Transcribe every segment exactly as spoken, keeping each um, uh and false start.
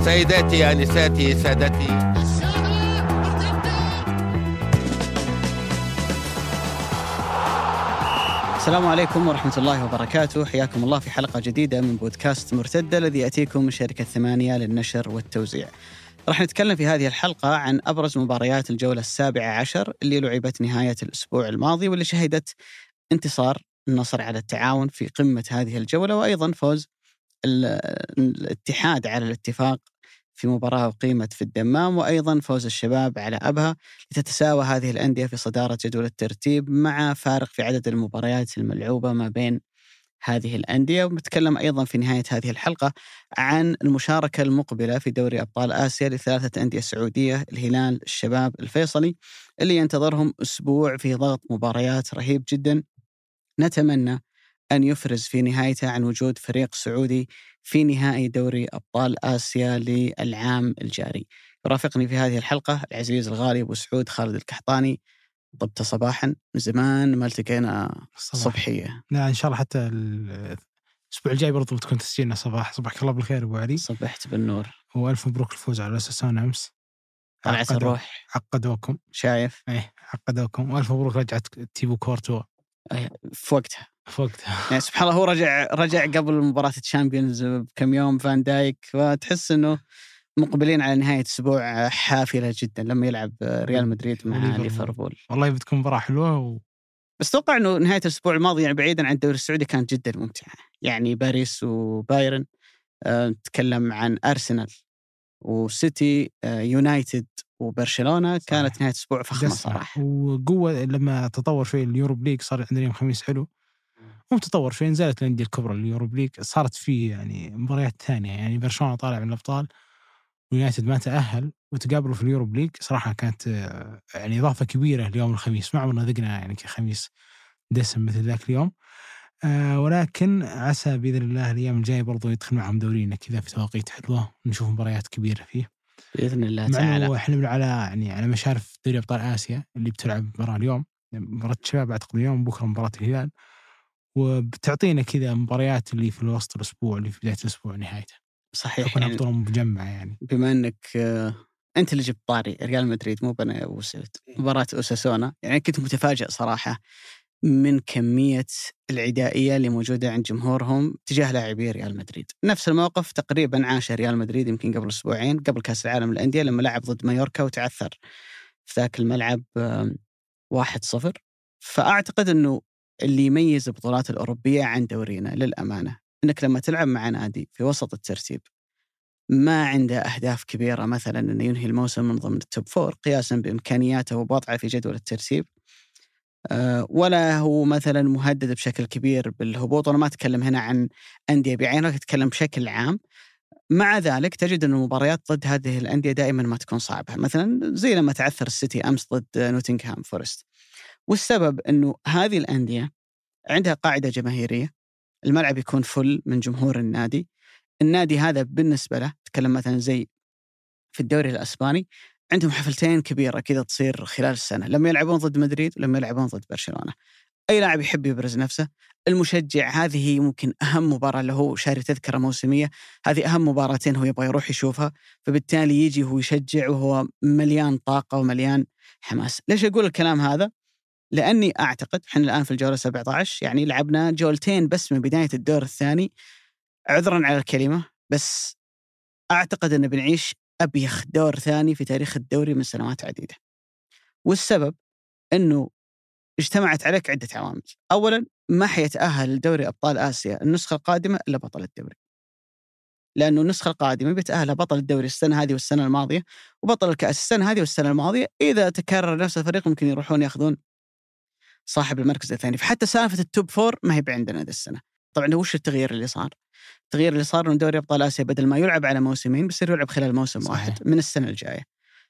سيداتي آنساتي سادتي، السلام عليكم ورحمة الله وبركاته. حياكم الله في حلقة جديدة من بودكاست مرتدة الذي يأتيكم من شركة ثمانية للنشر والتوزيع. راح نتكلم في هذه الحلقة عن أبرز مباريات الجولة السابعة عشر اللي لعبت نهاية الأسبوع الماضي، واللي شهدت انتصار النصر على التعاون في قمة هذه الجولة، وأيضا فوز الاتحاد على الاتفاق في مباراة أقيمت في الدمام، وأيضا فوز الشباب على أبها، لتتساوى هذه الأندية في صدارة جدول الترتيب مع فارق في عدد المباريات الملعوبة ما بين هذه الأندية. ونتكلم أيضا في نهاية هذه الحلقة عن المشاركة المقبلة في دوري أبطال آسيا لثلاثة أندية سعودية، الهلال، الشباب، الفيصلي، اللي ينتظرهم أسبوع في ضغط مباريات رهيب جدا. نتمنى أن يفرز في نهايته عن وجود فريق سعودي في نهائي دوري أبطال آسيا للعام الجاري. يرافقني في هذه الحلقة العزيز الغالي أبو سعود خالد الكحطاني. طبت صباحا، من زمان ما التقينا صبحية. لا إن شاء الله حتى الأسبوع الجاي برضو تكون تسجيلنا صباح. صباحك الله بالخير أبو علي. صبحت بالنور، وألف مبروك الفوز على أساسون أمس. طلعت الروح، عقدوكم. شايف؟ إيه عقدوكم، وألف مبروك رجعت تيبو كورتوا في وقتها في وقتها يعني سبحان الله، هو رجع رجع قبل مباراة الشامبيونز بكم يوم، فان دايك، وتحس إنه مقبلين على نهاية أسبوع حافلة جدا لما يلعب ريال مدريد مع ليفربول. والله بتكون مباراة حلوة و... بس توقع إنه نهاية الأسبوع الماضي يعني بعيدا عن الدوري السعودي كانت جدا ممتعة. يعني باريس وبايرن، أه نتكلم عن أرسنال وسيتي، أه يونايتد وبرشلونة، كانت نهاية أسبوع فخمة صراحة. وقوة لما تطور شوي اليوروب ليج، صار عندنا يوم خميس حلو. مو تطور شوي، نزلت الأندية الكبرى اليوروب ليج، صارت فيه يعني مباريات ثانية. يعني برشلونة طالع من الأبطال، ويونايتد ما تأهل، وتقابلوا في اليوروب ليج. صراحة كانت يعني إضافة كبيرة اليوم الخميس. ما عمرنا ذقنا يعني كخميس دسم مثل ذاك اليوم. آه ولكن عسى بإذن الله الأيام الجاية برضو يدخل معهم دورينا كذا في توقيت حلوة، ونشوف مباريات كبيرة فيه بإذن الله تعالى. مع إحنا على يعني على مشارف دوري أبطال آسيا اللي بتلعب مباراة اليوم، مباراة الشباب أعتقد اليوم، بكرة مباراة الهلال، وبتعطينا كذا مباريات اللي في الوسط الأسبوع اللي في بداية الأسبوع نهايته. صحيح، تكون يعني بطولة مجمعة. يعني بما أنك آه أنت اللي جبت طاري ريال مدريد، مو بنا أبو سعود، مباراة أوساسونا، يعني كنت متفاجئ صراحة من كمية العدائية اللي موجودة عند جمهورهم تجاه لاعبي ريال مدريد. نفس الموقف تقريبا عاش ريال مدريد يمكن قبل أسبوعين قبل كأس العالم للأندية، لما لعب ضد مايوركا وتعثر في ذاك الملعب واحد صفر. فأعتقد أنه اللي يميز البطولات الأوروبية عن دورينا للأمانة أنك لما تلعب مع نادي في وسط الترتيب ما عنده أهداف كبيرة، مثلا أنه ينهي الموسم من ضمن التوب فور قياسا بإمكانياته وبوضعه في جدول الترتيب، ولا هو مثلا مهدد بشكل كبير بالهبوط. أنا ما أتكلم هنا عن أندية بعينها، أتكلم بشكل عام. مع ذلك تجد أن المباريات ضد هذه الأندية دائما ما تكون صعبة، مثلا زي لما تعثر السيتي أمس ضد نوتنغهام فورست. والسبب أنه هذه الأندية عندها قاعدة جماهيرية، الملعب يكون فل من جمهور النادي. النادي هذا بالنسبة له، تكلم مثلا زي في الدوري الأسباني، عندهم حفلتين كبيرة كذا تصير خلال السنة، لما يلعبون ضد مدريد ولما يلعبون ضد برشلونة. أي لاعب يحب يبرز نفسه. المشجع هذه ممكن أهم مباراة له، شاري تذكرة موسمية، هذه أهم مباراتين هو يبغى يروح يشوفها، فبالتالي يجي هو يشجع وهو مليان طاقة ومليان حماس. ليش أقول الكلام هذا؟ لأني أعتقد إحنا الآن في الجولة سبعة عشر، يعني لعبنا جولتين بس من بداية الدور الثاني، عذرا على الكلمة، بس أعتقد أن بنعيش أبيخ دور ثاني في تاريخ الدوري من سنوات عديدة. والسبب أنه اجتمعت عليك عدة عوامل. أولا، ما حيتأهل لدوري أبطال آسيا النسخة القادمة إلا بطل الدوري، لأنه النسخة القادمة بيتأهل بطل الدوري السنة هذه والسنة الماضية، وبطل الكأس السنة هذه والسنة الماضية. إذا تكرر نفس الفريق ممكن يروحون يأخذون صاحب المركز الثاني. فحتى سالفة التوب فور ما هي عندنا هذه السنة. طبعا وش التغيير اللي صار؟ التغيير اللي صار إنه دوري أبطال آسيا بدل ما يلعب على موسمين بيصير يلعب خلال موسم صحيح. واحد من السنة الجاية.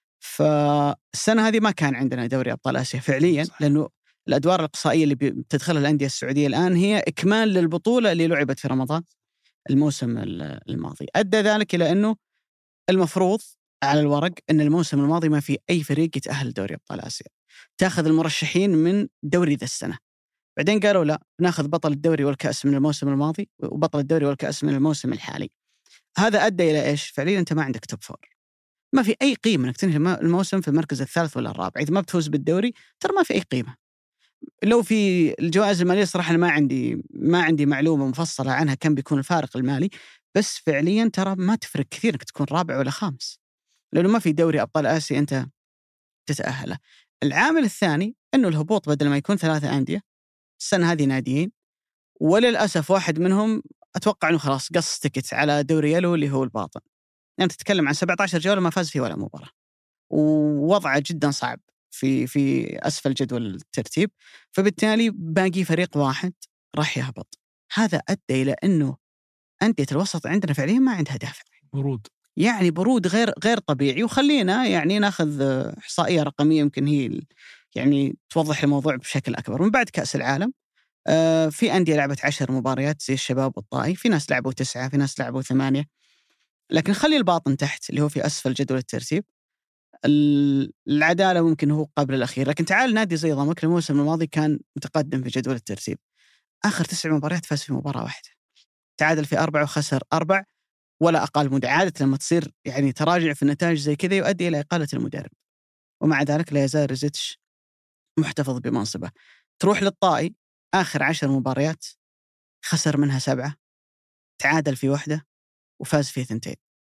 فالسنة هذه ما كان عندنا دوري أبطال آسيا فعليا صحيح. لأنه الأدوار الإقصائية اللي بتدخلها الأندية السعودية الآن هي إكمال للبطولة اللي لعبت في رمضان الموسم الماضي. أدى ذلك إلى أنه المفروض على الورق أن الموسم الماضي ما في أي فريق يتأهل لدوري أبطال آسيا، تأخذ المرشحين من دوري ذا السنة. بعدين قالوا لا، ناخذ بطل الدوري والكأس من الموسم الماضي وبطل الدوري والكأس من الموسم الحالي. هذا أدى إلى إيش؟ فعليا أنت ما عندك توب فور، ما في أي قيمة إنك تنهي الموسم في المركز الثالث ولا الرابع. إذا ما بتفوز بالدوري ترى ما في أي قيمة. لو في الجوائز المالية صراحة أنا ما عندي ما عندي معلومة مفصلة عنها كم بيكون الفارق المالي، بس فعليا ترى ما تفرق كثير إنك تكون رابع ولا خامس، لأنه ما في دوري أبطال آسيا أنت تتأهله. العامل الثاني إنه الهبوط بدل ما يكون ثلاثة أندية السنة هذه ناديين، وللأسف واحد منهم أتوقع أنه خلاص قص تكت على دوري يلو اللي هو الباطن. يعني تتكلم عن سبعة عشر جولة ما فاز فيه ولا مباراة، ووضعه جدا صعب في في أسفل جدول الترتيب، فبالتالي باقي فريق واحد راح يهبط. هذا أدى إلى أنه أندية الوسط عندنا فعليا ما عندها دافع، برود، يعني برود غير غير طبيعي. وخلينا يعني ناخذ إحصائية رقمية يمكن هي يعني توضح الموضوع بشكل أكبر. من بعد كأس العالم آه في أندية لعبت عشر مباريات زي الشباب والطائي، في ناس لعبوا تسعة، في ناس لعبوا ثمانية، لكن خلي الباطن تحت اللي هو في أسفل جدول الترتيب العدالة ممكن هو قبل الأخير. لكن تعال نادي زي ضمك الموسم الماضي كان متقدم في جدول الترتيب، آخر تسع مباريات فاز في مباراة واحدة، تعادل في أربع وخسر أربع ولا أقل مدة. عادة لما تصير يعني تراجع في النتائج زي كذا يؤدي إلى إقالة المدرب، ومع ذلك لا يزال ريزيتش محتفظ بمنصبه. تروح للطائي آخر عشر مباريات خسر منها سبعة، تعادل في واحدة وفاز في ثنتين.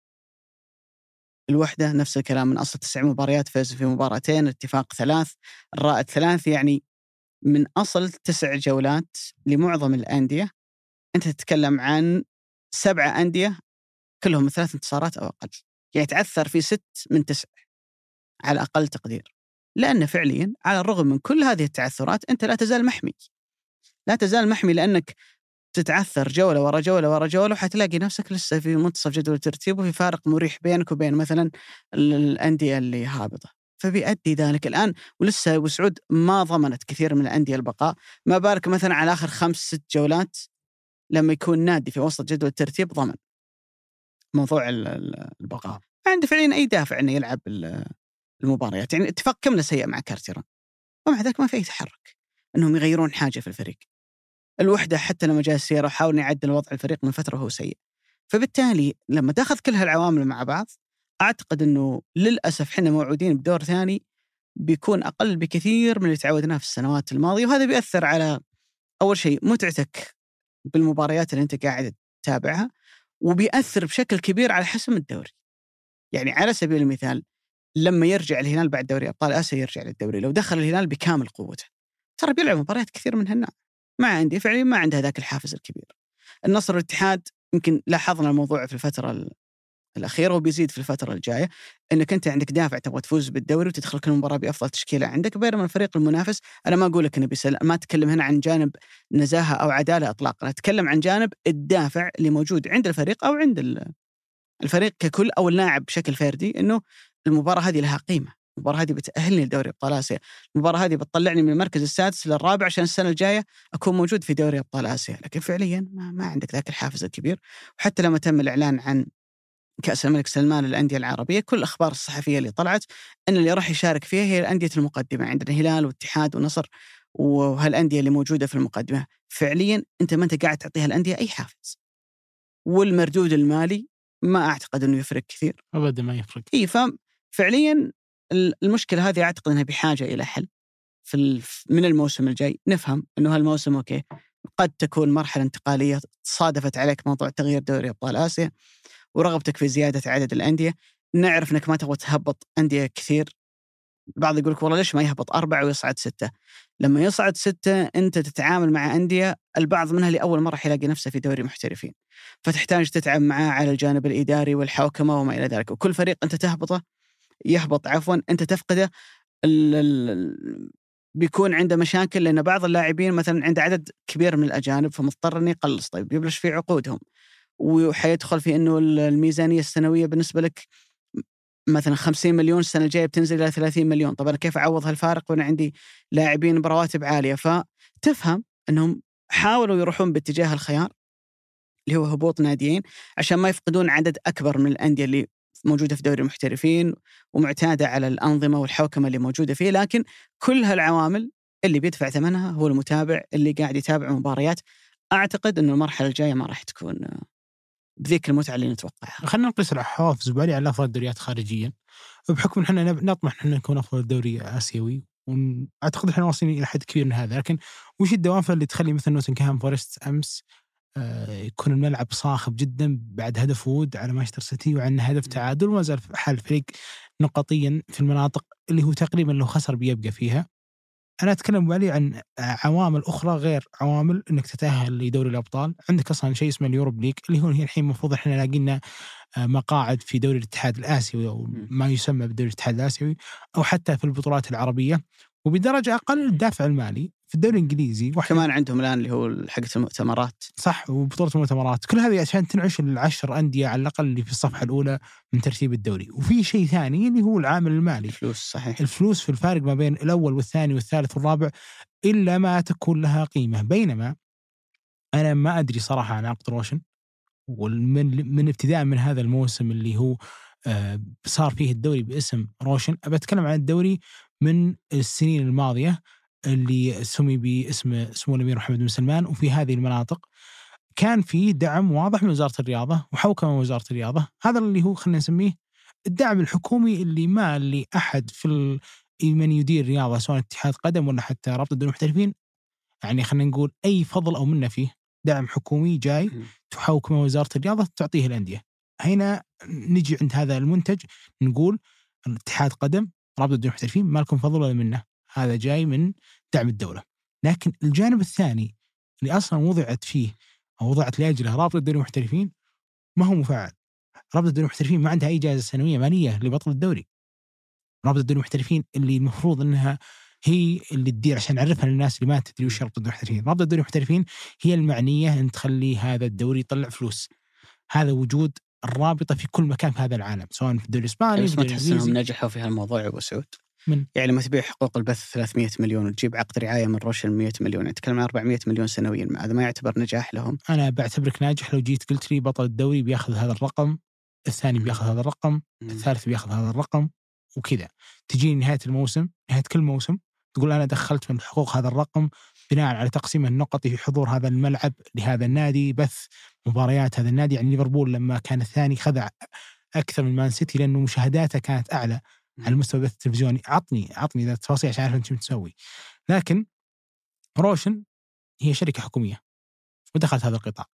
الوحدة نفس الكلام، من أصل تسع مباريات فاز في مباراتين، اتفاق ثلاث، الرائد ثلاث. يعني من أصل تسع جولات لمعظم الأندية أنت تتكلم عن سبعة أندية كلهم ثلاث انتصارات أو أقل، يعني تعثر في ست من تسع على أقل تقدير. لأن فعليا على الرغم من كل هذه التعثرات أنت لا تزال محمي، لا تزال محمي، لأنك تتعثر جولة ورا جولة ورا جولة وحتلاقي نفسك لسه في منتصف جدول الترتيب، وفي فارق مريح بينك وبين مثلا الأندية اللي هابطة. فبيؤدي ذلك الآن، ولسه أبو سعود ما ضمنت كثير من الأندية البقاء، ما بالك مثلا على آخر خمس ست جولات لما يكون نادي في وسط جدول الترتيب ضمن موضوع البقاء. ما عنده فعليا أي دافع أنه يلعب المباريات. يعني اتفاق كامل سيء مع كارتيرون، ومع ذلك ما في أي تحرك أنهم يغيرون حاجة في الفريق. الوحدة حتى لما جاء السيارة وحاول يعدل وضع الفريق من فترة هو سيء. فبالتالي لما تأخذ كل هالعوامل مع بعض أعتقد أنه للأسف حنا موعودين بدور ثاني بيكون أقل بكثير من اللي تعودناه في السنوات الماضية، وهذا بيأثر على أول شيء متعتك بالمباريات اللي أنت قاعد تتابعها، وبيأثر بشكل كبير على حسم الدوري. يعني على سبيل المثال لما يرجع الهلال بعد دوري أبطال آسيا يرجع للدوري، لو دخل الهلال بكامل قوته ترى بيلعب مباريات كثير من هالنوع، ما عندي فعليا ما عندها ذاك الحافز الكبير. النصر والاتحاد يمكن لاحظنا الموضوع في الفترة الأخيرة وبيزيد في الفترة الجاية، أنك أنت عندك دافع تبغى تفوز بالدوري وتدخل كل مباراة بأفضل تشكيلة عندك، بينما الفريق المنافس أنا ما أقول لك أنه بيسل، ما أتكلم هنا عن جانب نزاهة أو عدالة إطلاقا، أنا أتكلم عن جانب الدافع اللي موجود عند الفريق أو عند الفريق ككل أو اللاعب بشكل فردي، أنه المباراة هذه لها قيمة، المباراة هذه بتأهلني لدوري أبطال آسيا، المباراة هذه بتطلعني من المركز السادس للرابع عشان السنة الجاية أكون موجود في دوري أبطال آسيا. لكن فعليا ما, ما عندك ذاك الحافز الكبير. وحتى لما تم الإعلان عن كأس الملك سلمان للأندية العربية، كل الأخبار الصحفية اللي طلعت أن اللي راح يشارك فيها هي الأندية المقدمة، عندنا الهلال والاتحاد والنصر وهالأندية اللي موجودة في المقدمة. فعليا أنت ما أنت قاعد تعطيها الأندية أي حافز، والمردود المالي ما أعتقد أنه يفرق كثير أبدا، ما يفرق. إيه، ففعليا المشكلة هذه أعتقد أنها بحاجة إلى حل في من الموسم الجاي. نفهم أنه هالموسم أوكي قد تكون مرحلة انتقالية صادفت عليك موضوع تغيير دوري أبطال آسيا ورغبتك في زيادة عدد الأندية، نعرف أنك ما تبغى تهبط أندية كثير. بعض يقولك والله ليش ما يهبط أربعة ويصعد ستة؟ لما يصعد ستة أنت تتعامل مع أندية البعض منها لأول مرة يلاقي نفسه في دوري محترفين، فتحتاج تتعب معاه على الجانب الإداري والحوكمة وما إلى ذلك. وكل فريق أنت تهبطه يهبط عفوا أنت تفقده ال ال بيكون عنده مشاكل، لأن بعض اللاعبين مثلا عنده عدد كبير من الأجانب فمضطر أن يقلص، طيب يبلش في عقودهم وحيدخل في أنه الميزانية السنوية بالنسبة لك مثلا خمسين مليون، السنة الجاية بتنزل إلى ثلاثين مليون. طب أنا كيف أعوض هالفارق وأنا عندي لاعبين برواتب عالية؟ فتفهم أنهم حاولوا يروحون باتجاه الخيار اللي هو هبوط ناديين عشان ما يفقدون عدد أكبر من الأندية اللي موجودة في دوري المحترفين ومعتادة على الأنظمة والحوكمة اللي موجودة فيه. لكن كل هالعوامل اللي بيدفع ثمنها هو المتابع اللي قاعد يتابع مباريات. أعتقد أن المرحلة الجاية ما راح تكون بذيك المتعة اللي نتوقعها. خلينا نقيس الحوافز وبالي على أفضل الدوريات خارجيا، بحكم إن إحنا نطمح إن نكون أفضل دوري آسيوي، وأعتقد إحنا واصلين إلى حد كبير من هذا. لكن وش الدوافع اللي تخلي مثل نوتنغهام فورست أمس آه يكون الملعب صاخب جدا بعد هدف وود على مانشستر سيتي وعن هدف تعادل، وما زال حال الفريق نقطيا في المناطق اللي هو تقريبا لو خسر بيبقى فيها. أنا أتكلم بالي عن عوامل أخرى غير عوامل إنك تتأهل لدوري الأبطال. عندك أصلا شيء اسمه اليوروب ليج اللي هو الحين المفروض إحنا لاقينا مقاعد في دوري الاتحاد الآسيوي أو ما يسمى بدوري الاتحاد الآسيوي، أو حتى في البطولات العربية، وبدرجة أقل الدافع المالي في الدوري الإنجليزي. وكمان عندهم الآن اللي هو حقة المؤتمرات. صح، وبطولة المؤتمرات، كل هذه عشان تنعش العشر أندية على الأقل اللي في الصفحة الأولى من ترتيب الدوري. وفي شيء ثاني اللي هو العامل المالي، الفلوس. صحيح، الفلوس في الفارق ما بين الأول والثاني والثالث والرابع إلا ما تكون لها قيمة. بينما أنا ما أدري صراحة عن عقد روشن، ومن من ابتداء من هذا الموسم اللي هو آه صار فيه الدوري باسم روشن. أبى أتكلم عن الدوري من السنين الماضية اللي سمي باسم سمو الأمير محمد بن سلمان، وفي هذه المناطق كان في دعم واضح من وزارة الرياضة وحوكمة من وزارة الرياضة. هذا اللي هو خلينا نسميه الدعم الحكومي اللي ما اللي أحد في من يدير الرياضة سواء اتحاد قدم ولا حتى رابطة الدوري المحترفين يعني خلينا نقول أي فضل أو منه فيه. دعم حكومي جاي تحوكمه وزارة الرياضة تعطيه الأندية. هنا نجي عند هذا المنتج نقول الاتحاد قدم رابطة الدوري المحترفين ما لكم فضل ولا منه، هذا جاي من دعم الدولة. لكن الجانب الثاني اللي أصلا وضعت فيه أو وضعت لأجله رابطة الدوري المحترفين ما هو مفعل. رابطة الدوري المحترفين ما عندها أي جائزة سنوية مالية لبطل الدوري. رابطة الدوري المحترفين اللي المفروض أنها هي اللي تدير عشان نعرفها للناس اللي ما تدري وش رابطة الدوري المحترفين. رابطة الدوري المحترفين هي المعنية أن تخلي هذا الدوري يطلع فلوس. هذا وجود الرابطة في كل مكان في هذا العالم سواء في الدوري الإسباني. بس ما تحس أنهم نجحوا في هالموضوع يا أبو سعود؟ من يعني لما تبيع حقوق البث ثلاثمية مليون وتجيب عقد رعاية من روشن مية مليون، نتكلم عن أربعمية مليون سنويا، هذا ما يعتبر نجاح لهم؟ أنا بعتبرك ناجح لو جيت قلت لي بطل الدوري بياخذ هذا الرقم، الثاني بياخذ هذا الرقم، الثالث بياخذ هذا الرقم، وكذا تجي نهاية الموسم نهاية كل موسم تقول أنا دخلت من حقوق هذا الرقم بناء على تقسيم النقط في حضور هذا الملعب لهذا النادي، بث مباريات هذا النادي. يعني ليفربول لما كان الثاني خذ أكثر من مان سيتي لأنه مشاهداته كانت أعلى على المستوى البث التلفزيوني. عطني عطني ذا التفاصيل عشان أعرف أنت شو تسوي. لكن روشن هي شركة حكومية ودخلت هذا القطاع.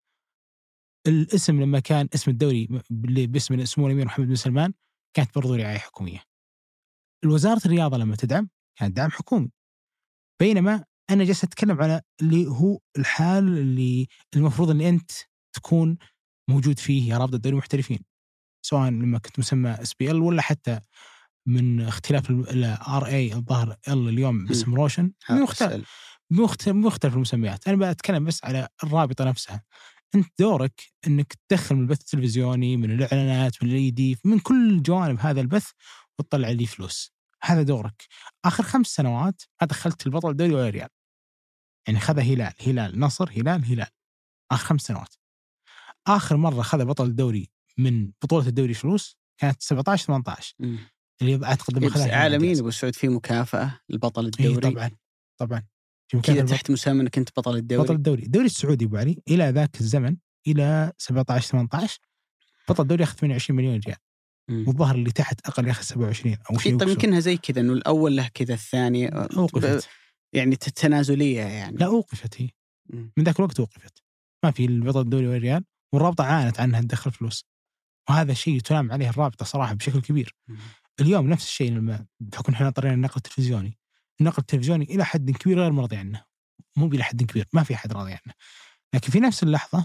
الاسم لما كان اسم الدوري باسم سمو الأمير محمد بن سلمان كانت برضو رعاية حكومية. الوزارة الرياضة لما تدعم كان دعم حكومي. بينما أنا جالس أتكلم على اللي هو الحال اللي المفروض أن أنت تكون موجود فيه يا رابطة الدوري المحترفين، سواء لما كنت مسمى اس بي ال ولا حتى من اختلاف ال ار اي الظاهر ال اليوم باسم روشن مختلف مختلف المسميات. أنا بتكلم بس على الرابطة نفسها. أنت دورك أنك تدخل من البث التلفزيوني من الإعلانات من الايدي من كل جوانب هذا البث وتطلع لي فلوس. هذا دورك. آخر خمس سنوات ما دخلت البطل الدوري ولا ريال، يعني خذ هلال هلال نصر هلال هلال آخر خمس سنوات. آخر مرة خذ بطل الدوري من بطولة الدوري فلوس كانت سبعة عشر ثمانية عشر اللي أعتقد لما خذها عالمين. أبو سعود في مكافأة البطل الدوري. إيه طبعا طبعا كذا تحت مسمى أنك أنت بطل الدوري. بطل الدوري الدوري السعودي أبو علي إلى ذاك الزمن إلى سبعة عشر ثمانية عشر بطل الدوري أخذ ثمانية وعشرين مليون ريال، والظهر اللي تحت أقل ياخذ سبعة وعشرين أو شيء. طيب يمكنها زي كذا إنه الأول له كذا الثاني أوقفت، يعني تنازلية يعني. لا أوقفت هي من ذاك الوقت وقفت، ما في البطل الدوري والريال، والرابطة عانت عنها تدخل فلوس، وهذا الشيء تلام عليه الرابطة صراحة بشكل كبير. اليوم نفس الشيء لما بحكم إحنا طرينا النقل التلفزيوني، النقل التلفزيوني إلى حد كبير غير مرضي عنه، مو إلى حد كبير ما في أحد راضي عنه، لكن في نفس اللحظة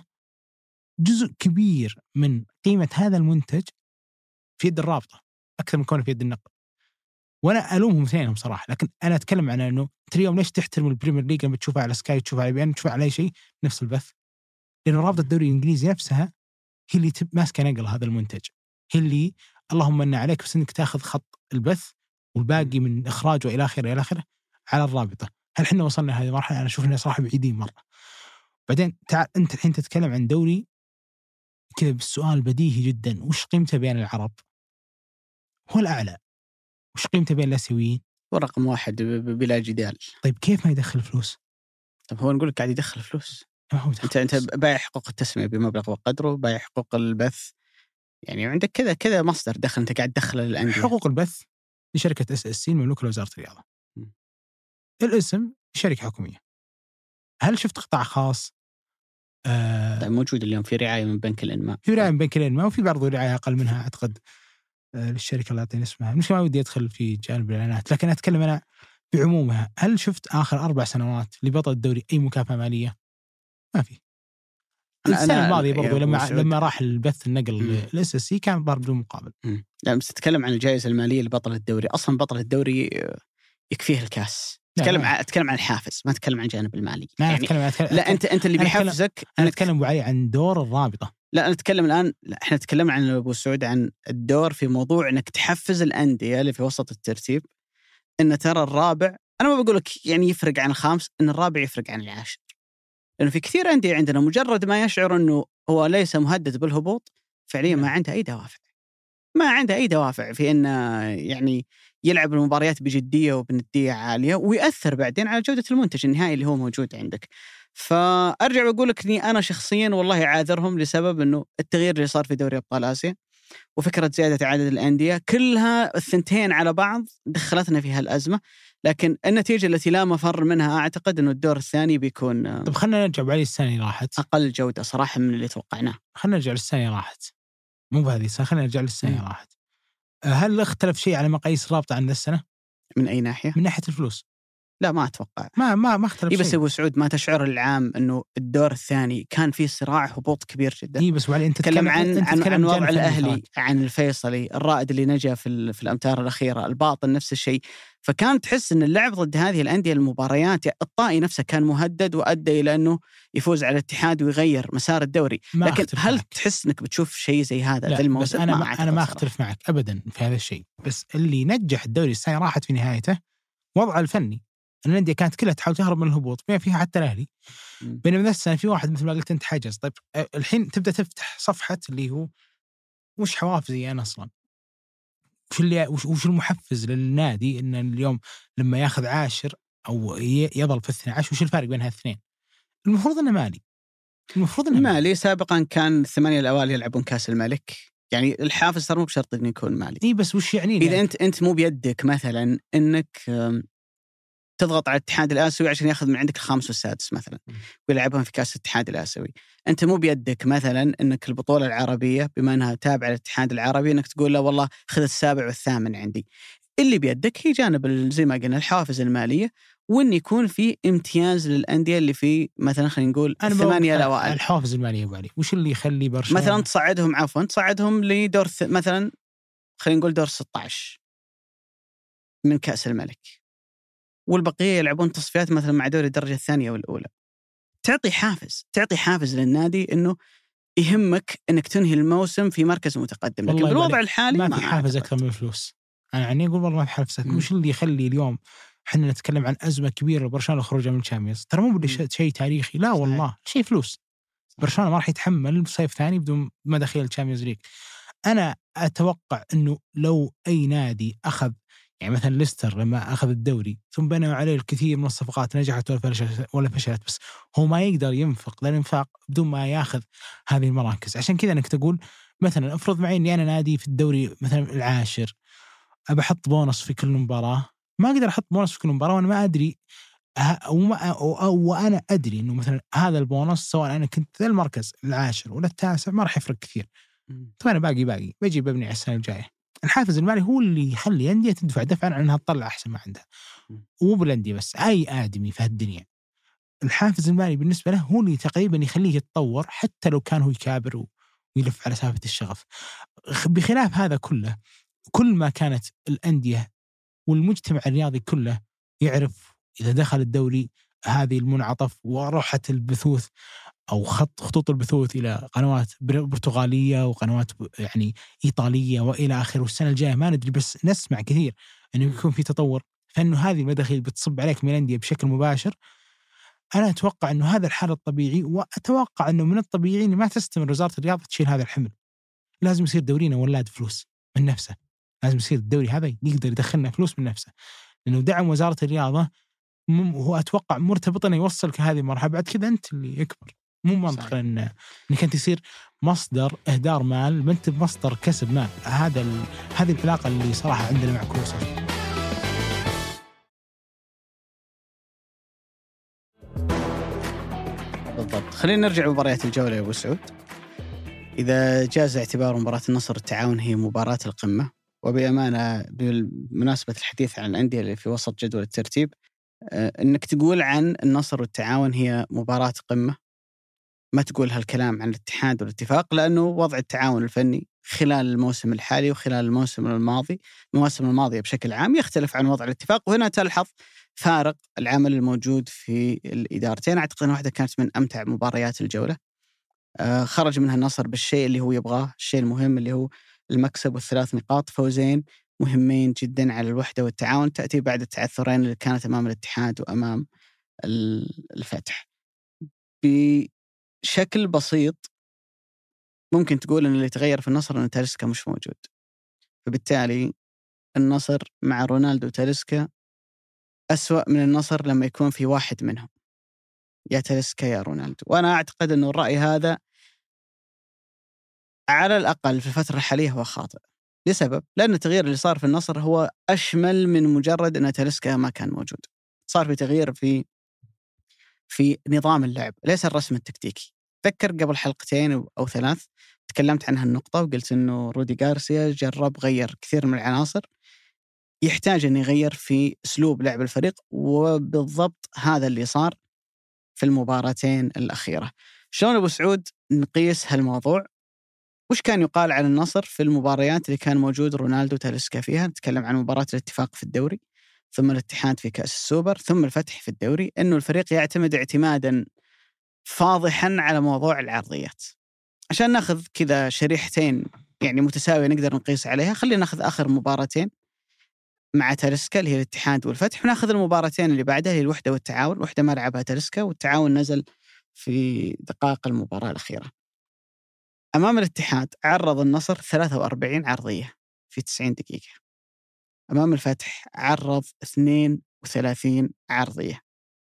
جزء كبير من قيمة هذا المنتج في يد الرابطة أكثر من كونه في يد النقل. وأنا ألومهم اثنينهم صراحة، لكن أنا أتكلم عن أنه ترى اليوم ليش تحترم البريمير ليج لما تشوفها على سكاي تشوفها على بي إن تشوفها على أي شيء نفس البث؟ لأنه رابطة الدوري الإنجليزي نفسها هي اللي ماسكة نقل هذا المنتج، هي اللي اللهم أن عليك بس إنك تأخذ خط البث والباقي من إخراجه إلى آخره إلى آخره على الرابطة. هل إحنا وصلنا لهذه المرحلة؟ أنا أشوف إننا صراحة بعيدين مرة. بعدين تعال أنت الحين تتكلم عن دوري كذا بالسؤال بديهي جدا، وش قيمته بين العرب؟ هو الأعلى. وش قيمته بين الآسيويين؟ هو رقم واحد بلا جدال. طيب كيف ما يدخل فلوس؟ طب هو نقول لك قاعد يدخل فلوس. انت انت بايع حقوق التسميه بمبلغ وقدره، بايع حقوق البث، يعني عندك كذا كذا مصدر دخل انت قاعد تدخله للانديه. حقوق البث لشركه اس اس سي المملوكه لوزاره الرياضه. م. الاسم شركه حكوميه. هل شفت قطاع خاص؟ آه طيب موجود اليوم في رعايه من بنك الانماء، في رعايه من بنك الانماء، وفي برضه رعايه اقل منها اعتقد آه للشركه اللي اعطيني اسمها. مش ما ودي ادخل في جانب الاعلانات، لكن اتكلم انا بعمومها. هل شفت اخر اربع سنوات لبطل الدوري اي مكافاه ماليه؟ ما في. السنه الماضيه برضو لما لما راح البث النقل الاس اس سي كان ضرب بدون مقابل. مم. لا بس تتكلم عن الجائزه الماليه لبطل الدوري، اصلا بطل الدوري يكفيه الكاس. تتكلم عن اتكلم عن الحافز، ما اتكلم عن الجانب المالي. يعني أتكلم أتكلم لا انت انت اللي بيحفزك. انا اتكلم ابو علي عن دور الرابطه. لا انا اتكلم الان، لا احنا نتكلم عن ابو سعود عن الدور في موضوع انك تحفز الانديه اللي في وسط الترتيب، ان ترى الرابع، انا ما بقول لك يعني يفرق عن الخامس، ان الرابع يفرق عن العاشر. لأنه في كثير أندية عندنا مجرد ما يشعر أنه هو ليس مهدد بالهبوط فعليا ما عنده أي دوافع، ما عنده أي دوافع في أنه يعني يلعب المباريات بجدية وبندية عالية، ويأثر بعدين على جودة المنتج النهائي اللي هو موجود عندك. فأرجع وأقول لك أني أنا شخصيا والله عاذرهم لسبب أنه التغيير اللي صار في دوري أبطال آسيا وفكرة زيادة عدد الأندية، كلها الثنتين على بعض دخلتنا في هالأزمة. لكن النتيجة التي لا مفر منها أعتقد أنه الدور الثاني بيكون طب خلنا نرجع بعد السنة اللي راحت أقل جودة صراحة من اللي توقعناه. خلنا نرجع للسنة اللي راحت، مو بهذه السنة، خلنا نرجع للسنة اللي راحت. هل اختلف شيء على مقاييس الرابطة عن السنة؟ من أي ناحية؟ من ناحية الفلوس. لا ما أتوقع. ما ما ما اختلف شيء. بس أبو سعود ما تشعر العام أنه الدور الثاني كان فيه صراع هبوط كبير جدا؟ إيه بس وعلي أنت تتكلم عن عن, عن وضع الأهلي، عن الفيصلي، الرائد اللي نجا في في الأمتار الأخيرة، الباطن نفس الشيء. فكان تحس أن اللعب ضد هذه الأندية المباريات، الطائي نفسه كان مهدد وأدى إلى أنه يفوز على الاتحاد ويغير مسار الدوري. لكن هل معك. تحس أنك بتشوف شيء زي هذا في الموسم؟ أنا ما أنا ما أختلف معك أبدا في هذا الشيء، بس اللي نجح الدوري السنة راحت في نهايته وضع الفني. الأندية كانت كلها تحاول تهرب من الهبوط، بما فيها حتى الأهلي. بينما ذا السنة في واحد مثل ما قلت أنت حجز. طيب الحين تبدأ تفتح صفحة اللي هو وش حوافزي أنا أصلا، وش اللي وش المحفز للنادي إن اليوم لما ياخذ عاشر أو يظل في اثنين عشر، وش الفارق بين هالاثنين؟ المفروض إنه مالي. المفروض إنه مالي. سابقا كان الثمانية الأوائل يلعبون كأس الملك، يعني الحافز صار مو بشرط إنه يكون مالي. إيه بس وش يعني؟ إذا أنت أنت مو بيدك مثلا إنك تضغط على الاتحاد الآسيوي عشان ياخذ من عندك الخامس والسادس مثلا ويلعبهم في كأس الاتحاد الآسيوي، أنت مو بيدك مثلا إنك البطولة العربية بما أنها تابعة للاتحاد العربي إنك تقول لا والله خذ السابع والثامن عندي. اللي بيدك هي جانب زي ما قلنا الحوافز المالية، وإن يكون في امتياز للأندية اللي في مثلا خلينا نقول الثمانية الأوائل. الحوافز المالية بالي وش اللي يخلي برشلونة مثلا تصعدهم عفوا تصعدهم لدور ث... مثلا خلينا نقول دور ستة عشر من كأس الملك، والبقية يلعبون تصفيات مثلا مع دوري الدرجة الثانية والأولى. تعطي حافز تعطي حافز للنادي إنه يهمك إنك تنهي الموسم في مركز متقدم. لكن بالوضع الحالي ما في حافز أكثر من الفلوس. أنا يعني أقول والله ما في حافز. وش اللي يخلي اليوم حنا نتكلم عن أزمة كبيرة لبرشلونة خروجها من الشامبيونز؟ ترى مو بدي شيء تاريخي، لا والله شيء فلوس. برشلونة ما راح يتحمل صيف ثاني بدون ما دخل الشامبيونز ليج. أنا أتوقع إنه لو أي نادي أخذ يعني مثلا ليستر لما أخذ الدوري ثم بنوا عليه الكثير من الصفقات نجحت ولا فشلت، بس هو ما يقدر ينفق ذا الانفاق بدون ما ياخذ هذه المراكز. عشان كذا أنك تقول مثلا أفرض معي أني أنا نادي في الدوري مثلا العاشر أبى أحط بونص في كل مباراة، ما أقدر أحط بونص في كل مباراة وأنا ما أدري أو, أو, أو وأنا أدري إنه مثلا هذا البونص سواء أنا كنت ذا المركز العاشر ولا التاسع ما راح يفرق كثير. طبعا أنا باقي باقي بجي ببني على السنة الجاية. الحافز المالي هو اللي يخلي أندية تدفع دفعا عن أنها تطلع أحسن ما عندها، ومو بالأندية بس أي آدمي في هالدنيا. الحافز المالي بالنسبة له هو اللي تقريبا يخليه يتطور حتى لو كان هو يكابر ويلف على سافة الشغف. بخلاف هذا كله، كل ما كانت الأندية والمجتمع الرياضي كله يعرف إذا دخل الدوري هذه المنعطف وروحت البثوث أو خط خطوط البثوث إلى قنوات برتغالية وقنوات يعني إيطالية وإلى آخره. والسنة الجاية ما ندري بس نسمع كثير أنه يكون في تطور، فإنه هذه المداخيل بتصب عليك من الأندية بشكل مباشر. أنا أتوقع أنه هذا الحال الطبيعي، وأتوقع أنه من الطبيعي أن ما تستمر وزارة الرياضة تشيل هذا الحمل. لازم يصير دورينا ولاد فلوس من نفسه، لازم يصير الدوري هذا يقدر يدخلنا فلوس من نفسه، لأنه دعم وزارة الرياضة هو أتوقع مرتبط إنه يوصلك هذه المرحلة، بعد كذا أنت اللي يكبر. مو منطقي إن إنك أنت تصير مصدر إهدار مال، ما أنت مصدر كسب مال. هذا ال... هذه العلاقة اللي صراحة عندنا معكوسة. بالضبط. خلينا نرجع لمباريات الجولة يا أبو سعود. إذا جاز اعتبار مباراة النصر والتعاون هي مباراة القمة، وبأمانة بمناسبة الحديث عن الأندية اللي في وسط جدول الترتيب، أنك تقول عن النصر والتعاون هي مباراة قمة، ما تقول هالكلام عن الاتحاد والاتفاق، لأنه وضع التعاون الفني خلال الموسم الحالي وخلال الموسم الماضي المواسم الماضية بشكل عام يختلف عن وضع الاتفاق. وهنا تلحظ فارق العمل الموجود في الإدارتين. أعتقد أن واحدة كانت من أمتع مباريات الجولة، آه خرج منها النصر بالشيء اللي هو يبغاه، الشيء المهم اللي هو المكسب والثلاث نقاط، فوزين مهمين جدا على الوحدة والتعاون، تأتي بعد التعثرين اللي كانت أمام الاتحاد وأمام الفتح. بشكل بسيط ممكن تقول أن اللي تغير في النصر أن تاليسكا مش موجود، فبالتالي النصر مع رونالدو وتاليسكا أسوأ من النصر لما يكون في واحد منهم، يا تاليسكا يا رونالدو. وأنا أعتقد أن الرأي هذا على الأقل في الفترة الحالية هو خاطئ، لسبب، لأن التغيير اللي صار في النصر هو أشمل من مجرد أن تاليسكا ما كان موجود. صار في تغيير في في نظام اللعب، ليس الرسم التكتيكي. تذكر قبل حلقتين أو ثلاث تكلمت عن هالنقطة وقلت إنه رودي غارسيا جرب غير كثير من العناصر، يحتاج أن يغير في أسلوب لعب الفريق، وبالضبط هذا اللي صار في المباراتين الأخيرة. شلون أبو سعود نقيس هالموضوع؟ وش كان يقال عن النصر في المباريات اللي كان موجود رونالدو وتاليسكا فيها؟ نتكلم عن مباراة الاتفاق في الدوري، ثم الاتحاد في كأس السوبر، ثم الفتح في الدوري، إنه الفريق يعتمد اعتمادا فاضحا على موضوع العرضيات. عشان ناخذ كذا شريحتين يعني متساوية نقدر نقيس عليها، خلينا ناخذ آخر مباراتين مع تاليسكا اللي هي الاتحاد والفتح، وناخذ المباراتين اللي بعدها اللي هي الوحدة والتعاون. الوحدة ما لعبها تاليسكا والتعاون نزل في دقائق المباراة الأخيرة. أمام الاتحاد عرض النصر ثلاثة وأربعين عرضية في تسعين دقيقة، أمام الفتح عرض اثنين وثلاثين عرضية،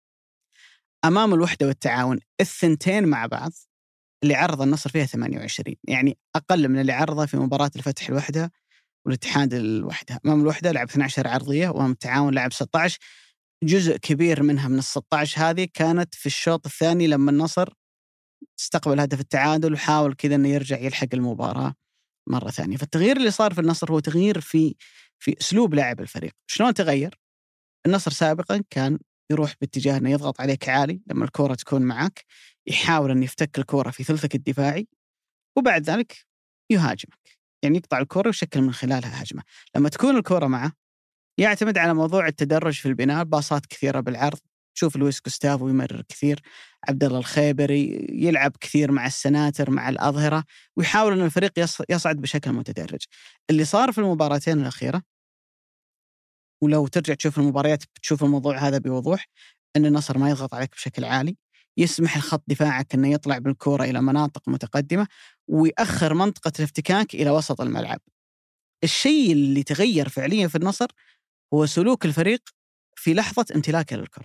أمام الوحدة والتعاون الثنتين مع بعض اللي عرض النصر فيها ثمانية وعشرين، يعني أقل من اللي عرضه في مباراة الفتح الوحدة والاتحاد الوحدة. أمام الوحدة لعب اثنتي عشرة عرضية، وأمام التعاون لعب ستة عشر. جزء كبير منها من الستة عشر هذه كانت في الشوط الثاني لما النصر استقبل هدف التعادل وحاول كذا أنه يرجع يلحق المباراة مرة ثانية. فالتغيير اللي صار في النصر هو تغيير في في أسلوب لعب الفريق. شلون تغير؟ النصر سابقا كان يروح باتجاه أنه يضغط عليك عالي لما الكرة تكون معك، يحاول أن يفتك الكرة في ثلثك الدفاعي، وبعد ذلك يهاجمك، يعني يقطع الكرة ويشكل من خلالها هجمة. لما تكون الكرة معه يعتمد على موضوع التدرج في البناء، باصات كثيرة بالعرض. شوف لويس غوستافو يمرر كثير، عبد الله الخيبري يلعب كثير مع السناتر مع الأظهرة، ويحاول أن الفريق يصعد بشكل متدرج. اللي صار في المباراتين الأخيرة، ولو ترجع تشوف المباريات بتشوف الموضوع هذا بوضوح، أن النصر ما يضغط عليك بشكل عالي، يسمح الخط دفاعك أنه يطلع بالكرة إلى مناطق متقدمة، ويأخر منطقة الافتكاك إلى وسط الملعب. الشيء اللي تغير فعليا في النصر هو سلوك الفريق في لحظة امتلاكه للكرة.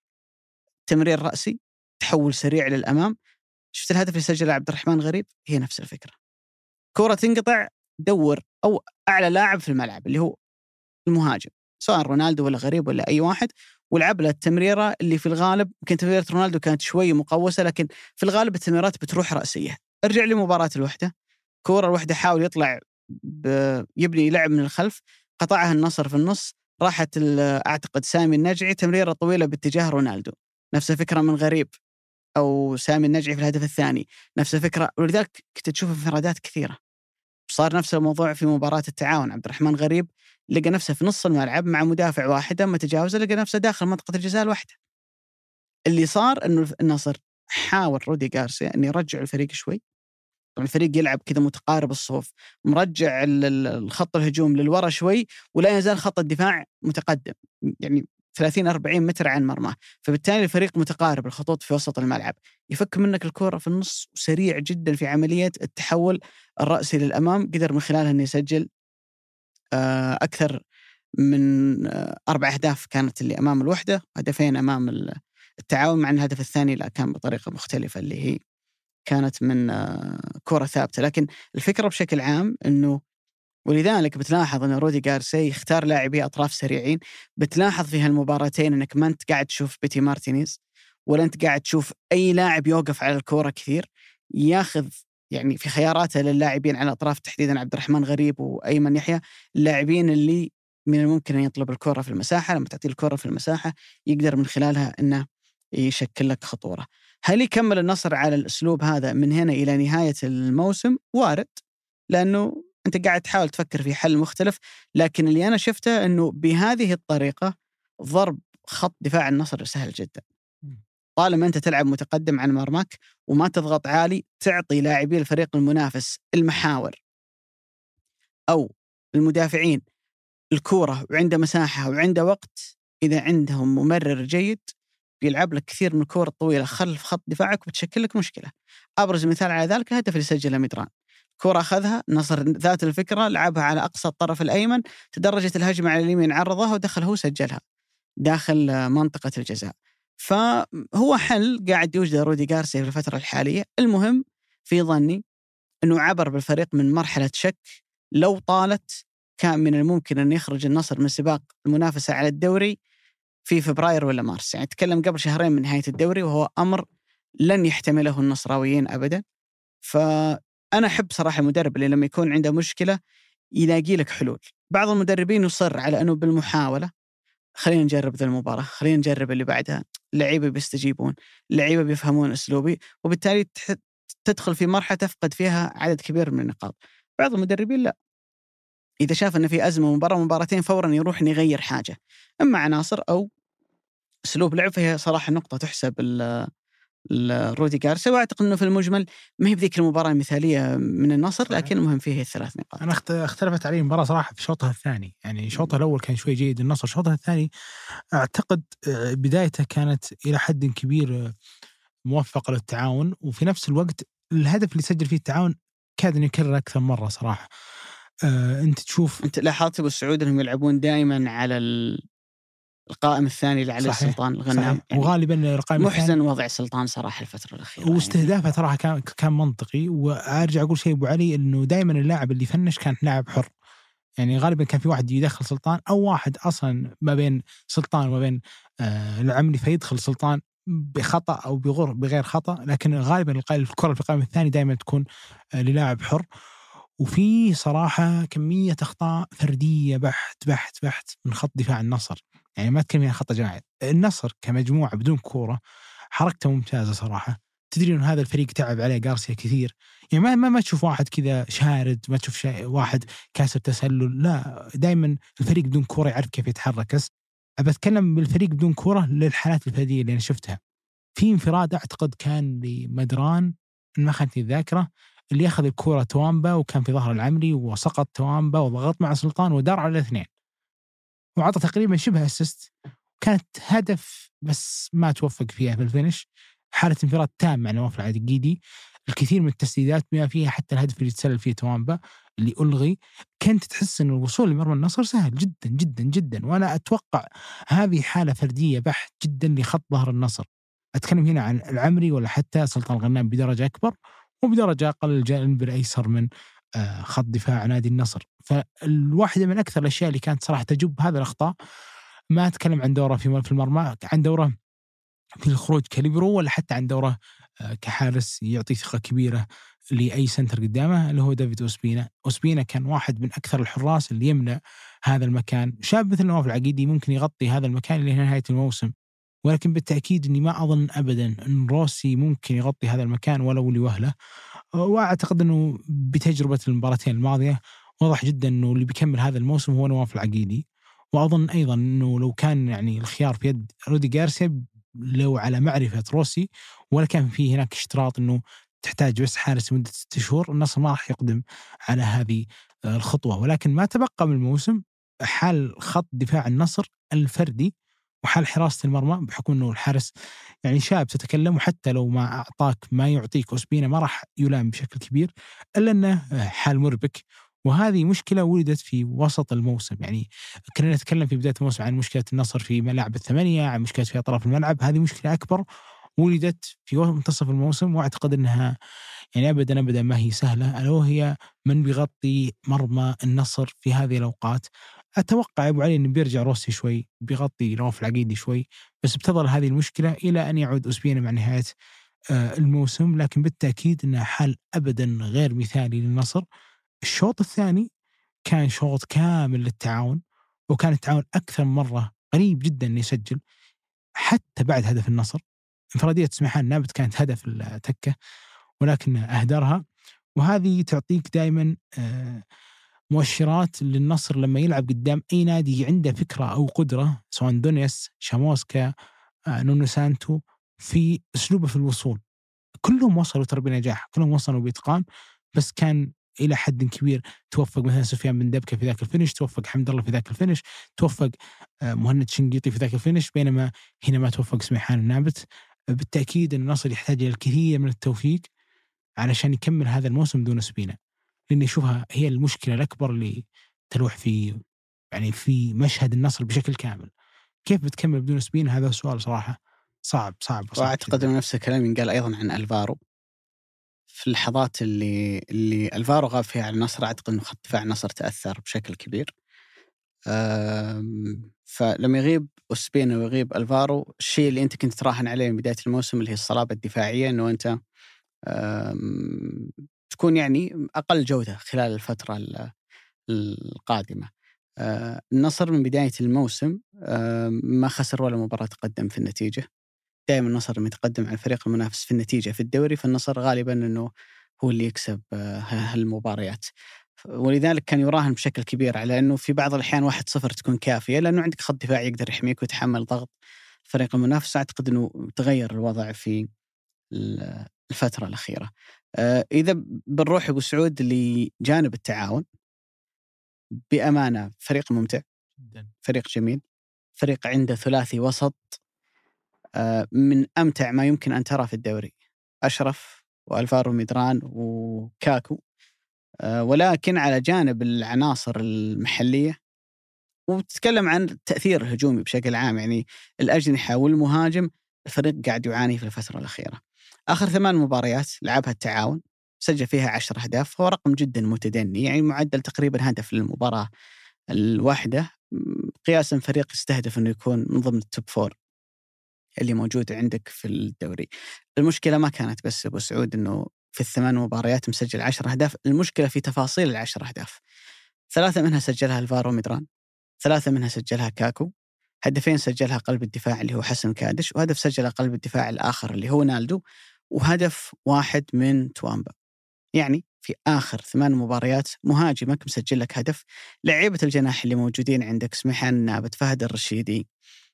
تمرير رأسي، تحول سريع للأمام. شفت الهدف اللي سجله عبد الرحمن غريب؟ هي نفس الفكرة. كرة تنقطع، دور أو أعلى لاعب في الملعب اللي هو المهاجم، سواء رونالدو ولا غريب ولا أي واحد، ولعب له التمريرة اللي في الغالب يمكن تمريرة رونالدو كانت شوي مقوسة، لكن في الغالب التمريرات بتروح رأسية. ارجع لمباراة الوحدة، كرة الوحدة حاول يطلع يبني لعب من الخلف، قطعها النصر في النص، راحت أعتقد سامي النجعي تمريرة طويلة باتجاه رونالدو. نفس الفكرة من غريب أو سامي النجعي في الهدف الثاني، نفس الفكرة. ولذلك كنت تشوف انفرادات كثيرة. صار نفس الموضوع في مباراة التعاون، عبد الرحمن غريب لقى نفسه في نص الملعب مع مدافع واحد، أما تجاوزه لقى نفسه داخل منطقة الجزاء الواحدة. اللي صار أنه النصر حاول رودي غارسيا أن يرجع الفريق شوي. الفريق يلعب كذا متقارب الصفوف، مرجع الخط الهجوم للوراء شوي، ولا يزال خط الدفاع متقدم يعني ثلاثين أربعين متر عن مرماه. فبالتالي الفريق متقارب الخطوط في وسط الملعب، يفك منك الكرة في النص، وسريع جدا في عملية التحول الرأسي للأمام. قدر من خلالها أن يسجل أكثر من أربع أهداف كانت اللي أمام الوحدة، هدفين أمام التعاون، مع أن الهدف الثاني لا كان بطريقة مختلفة اللي هي كانت من كرة ثابتة. لكن الفكرة بشكل عام أنه، ولذلك بتلاحظ أن رودي غارسيا يختار لاعبي أطراف سريعين. بتلاحظ في هالمباراتين أنك ما أنت قاعد تشوف بيتي مارتينيز، ولا أنت قاعد تشوف أي لاعب يوقف على الكرة كثير، ياخذ يعني في خياراته للاعبين على الأطراف تحديدا عبد الرحمن غريب وأيمن يحيى، اللاعبين اللي من الممكن أن يطلب الكرة في المساحة. لما تعطي الكرة في المساحة يقدر من خلالها أنه يشكل لك خطورة. هل يكمل النصر على الأسلوب هذا من هنا إلى نهاية الموسم؟ وارد، لأنه أنت قاعد تحاول تفكر في حل مختلف. لكن اللي أنا شفته أنه بهذه الطريقة ضرب خط دفاع النصر سهل جدا. طالما أنت تلعب متقدم عن مرماك وما تضغط عالي، تعطي لاعبي الفريق المنافس المحاور أو المدافعين الكورة وعنده مساحة وعنده وقت، إذا عندهم ممرر جيد بيلعب لك كثير من الكور الطويلة خلف خط دفاعك وبتشكل لك مشكلة. أبرز مثال على ذلك الهدف اللي سجله ميدران، كرة أخذها نصر ذات الفكرة، لعبها على أقصى الطرف الأيمن، تدرجت الهجمة على اليمين، عرضها ودخل هو سجلها داخل منطقة الجزاء. فهو حل قاعد يوجد رودي غارسيا في الفترة الحالية. المهم في ظني أنه عبر بالفريق من مرحلة شك لو طالت كان من الممكن أن يخرج النصر من سباق المنافسة على الدوري في فبراير ولا مارس. يعني تكلم قبل شهرين من نهاية الدوري، وهو أمر لن يحتمله النصراويين أبدا. فأنا أحب صراحة المدرب اللي لما يكون عنده مشكلة يلاقي لك حلول. بعض المدربين يصر على أنه بالمحاولة خلينا نجرب ذا المباراة، خلينا نجرب اللي بعدها، اللعيبة بيستجيبون، اللعيبة بيفهمون أسلوبي، وبالتالي تدخل في مرحلة تفقد فيها عدد كبير من النقاط. بعض المدربين لا، إذا شاف أن في أزمة مباراة مباراتين فوراً يروح يغير حاجة، إما عناصر أو أسلوب لعب. فهي صراحة نقطة تحسب الرودي غارسيا. وأعتقد أنه في المجمل ما هي بذيك المباراة المثالية من النصر، لكن المهم فيه الثلاث نقاط. أنا اختلفت عليه المباراة صراحة في شوطها الثاني. يعني شوطها الأول كان شوي جيد النصر، شوطها الثاني أعتقد بدايته كانت إلى حد كبير موفقة للتعاون، وفي نفس الوقت الهدف اللي سجل فيه التعاون كاد أن يكرر أكثر مرة صراحة. أه أنت تشوف، أنت لاحظت أبو السعود أنهم يلعبون دائما على القائم الثاني اللي على السلطان الغنام، يعني وغالبا القائم محزن الثاني. وضع السلطان صراحة الفترة الأخيرة، واستهدافه يعني تراها كان كان منطقي. وأرجع أقول شيء أبو علي، إنه دائما اللاعب اللي فنش كان لاعب حر. يعني غالبا كان في واحد يدخل سلطان، أو واحد أصلا ما بين سلطان وما بين آه العمري، فيدخل سلطان بخطأ أو بغير بغير خطأ. لكن غالبا الكرة في القائم الثاني دائما تكون آه للاعب حر. وفي صراحة كمية أخطاء فردية بحت بحت بحت من خط دفاع النصر. يعني ما تكلم عن خط جماعي، النصر كمجموعة بدون كورة حركته ممتازة صراحة. تدري إن هذا الفريق تعب عليه غارسيا كثير. يعني ما ما ما تشوف واحد كذا شارد، ما تشوف شيء واحد كاسر تسلل، لا، دائما الفريق بدون كورة يعرف كيف يتحرك. أبى أتكلم بالفريق بدون كورة للحالات الفردية اللي أنا شفتها. في انفراد أعتقد كان لمدران إن ما خانتني الذاكرة، اللي أخذ الكرة توامبا وكان في ظهر العمري وسقط توامبا وضغط مع سلطان ودار على الاثنين وعطى تقريبا شبه أسيست. كانت هدف بس ما توفق فيها في الفينش. حالة انفراد تام مع نواف العقيدي. الكثير من التسديدات بما فيها حتى الهدف اللي تسلل فيه توامبا اللي ألغي، كنت تحس أن الوصول لمرمى النصر سهل جدا جدا جدا. وأنا أتوقع هذه حالة فردية بحت جدا لخط ظهر النصر. أتكلم هنا عن العمري ولا حتى سلطان الغنام بدرجة أكبر، وبدرجة أقل الجانب الأيسر من خط دفاع نادي النصر. فالواحدة من أكثر الأشياء اللي كانت صراحة تجب هذا الأخطاء، ما أتكلم عن دوره في المرمى، عن دوره في الخروج كليبرو، ولا حتى عن دوره كحارس يعطي ثقة كبيرة لأي سنتر قدامه اللي هو دافيد أوسبينا. أوسبينا كان واحد من أكثر الحراس اللي يملأ هذا المكان. شاب مثل نواف العقيدي ممكن يغطي هذا المكان إلى نهاية الموسم، ولكن بالتأكيد أني ما أظن أبدا أن روسي ممكن يغطي هذا المكان ولو لوهلة. وأعتقد أنه بتجربة المباراتين الماضية واضح جدا أنه اللي بيكمل هذا الموسم هو نواف العقيدي. وأظن أيضا أنه لو كان يعني الخيار في يد رودي غارسيا لو على معرفة روسي، ولا كان فيه هناك اشتراط أنه تحتاج بس حارس مدة ست شهور، النصر ما راح يقدم على هذه الخطوة. ولكن ما تبقى من الموسم حال خط دفاع النصر الفردي وحال حراسة المرمى، بحكم أنه الحارس يعني شاب تتكلم، وحتى لو ما أعطاك ما يعطيك أوسبينا ما راح يلام بشكل كبير، إلا أنه حال مربك وهذه مشكلة ولدت في وسط الموسم. يعني كنا نتكلم في بداية الموسم عن مشكلة النصر في ملاعب الثمانية، عن مشكلة في أطراف الملعب. هذه مشكلة أكبر ولدت في منتصف الموسم، وأعتقد أنها يعني أبدا أبدا ما هي سهلة، ألا وهي من بيغطي مرمى النصر في هذه الأوقات. أتوقع أبو علي أنه بيرجع روسي شوي، بيغطي رؤوف العقيدي شوي، بس بتظل هذه المشكلة إلى أن يعود أوسبينا مع نهاية الموسم. لكن بالتأكيد أنها حل أبدا غير مثالي للنصر. الشوط الثاني كان شوط كامل للتعاون، وكان التعاون أكثر مرة قريب جدا أن يسجل حتى بعد هدف النصر. انفرادية سميحان نابت كانت هدف التكة ولكن أهدرها، وهذه تعطيك دائما مؤشرات للنصر لما يلعب قدام أي نادي عنده فكرة أو قدرة، سواء دونيس، شاموسكا، نونو سانتو، في أسلوبه في الوصول. كلهم وصلوا ترى بنجاح، كلهم وصلوا بإتقان، بس كان إلى حد كبير توفق مثلا سفيان بن دبكة في ذاك الفينش، توفق حمد الله في ذاك الفينش، توفق مهند شنقيطي في ذاك الفينش، بينما هنا ما توفق سميحان النابت. بالتأكيد النصر يحتاج إلى الكثير من التوفيق علشان يكمل هذا الموسم دون سبينا، لأن يشوفها هي المشكلة الأكبر اللي تلوح في يعني في مشهد النصر بشكل كامل. كيف بتكمل بدون سبينا؟ هذا السؤال صراحة صعب صعب, صعب وأعتقد أن نفس الكلام ينقال أيضا عن ألفارو في اللحظات اللي اللي ألفارو غاب فيها على النصر. أعتقد أن خط دفاع النصر تأثر بشكل كبير. فلما يغيب أوسبينا ويغيب ألفارو، الشيء اللي أنت كنت تراهن عليه من بداية الموسم اللي هي الصلابة الدفاعية، أنه أنت تكون يعني أقل جودة خلال الفترة القادمة. النصر من بداية الموسم ما خسر ولا مباراة تقدم في النتيجة. دائما النصر لما يتقدم على الفريق المنافس في النتيجة في الدوري، فالنصر غالبا أنه هو اللي يكسب هالمباريات. ولذلك كان يراهن بشكل كبير على أنه في بعض الأحيان واحد صفر تكون كافية، لأنه عندك خط دفاع يقدر يحميك ويتحمل ضغط الفريق المنافس. أعتقد أنه تغير الوضع في الفترة الأخيرة. إذا بنروح أبو سعود لجانب التعاون، بأمانة فريق ممتع، فريق جميل، فريق عنده ثلاثي وسط من أمتع ما يمكن أن ترى في الدوري، أشرف وألفارو ميدران وكاكو. ولكن على جانب العناصر المحلية، وتتكلم عن التأثير الهجومي بشكل عام، يعني الأجنحة والمهاجم، الفريق قاعد يعاني في الفترة الأخيرة. آخر ثمان مباريات لعبها التعاون سجل فيها عشر أهداف، هو رقم جدا متدني، يعني معدل تقريبا هدف للمباراة الواحدة، قياسا فريق يستهدف أنه يكون من ضمن التوب فور اللي موجود عندك في الدوري. المشكلة ما كانت بس أبو سعود أنه في الثمان مباريات مسجل عشر أهداف، المشكلة في تفاصيل العشر أهداف. ثلاثة منها سجلها ألفارو ميدران، ثلاثة منها سجلها كاكو، هدفين سجلها قلب الدفاع اللي هو حسن كادش، وهدف سجل قلب الدفاع الآخر اللي هو نالدو، وهدف واحد من توامبا. يعني في آخر ثمان مباريات مهاجمك مسجل لك هدف. لعيبة الجناح اللي موجودين عندك سميحان النابت، فهد الرشيدي،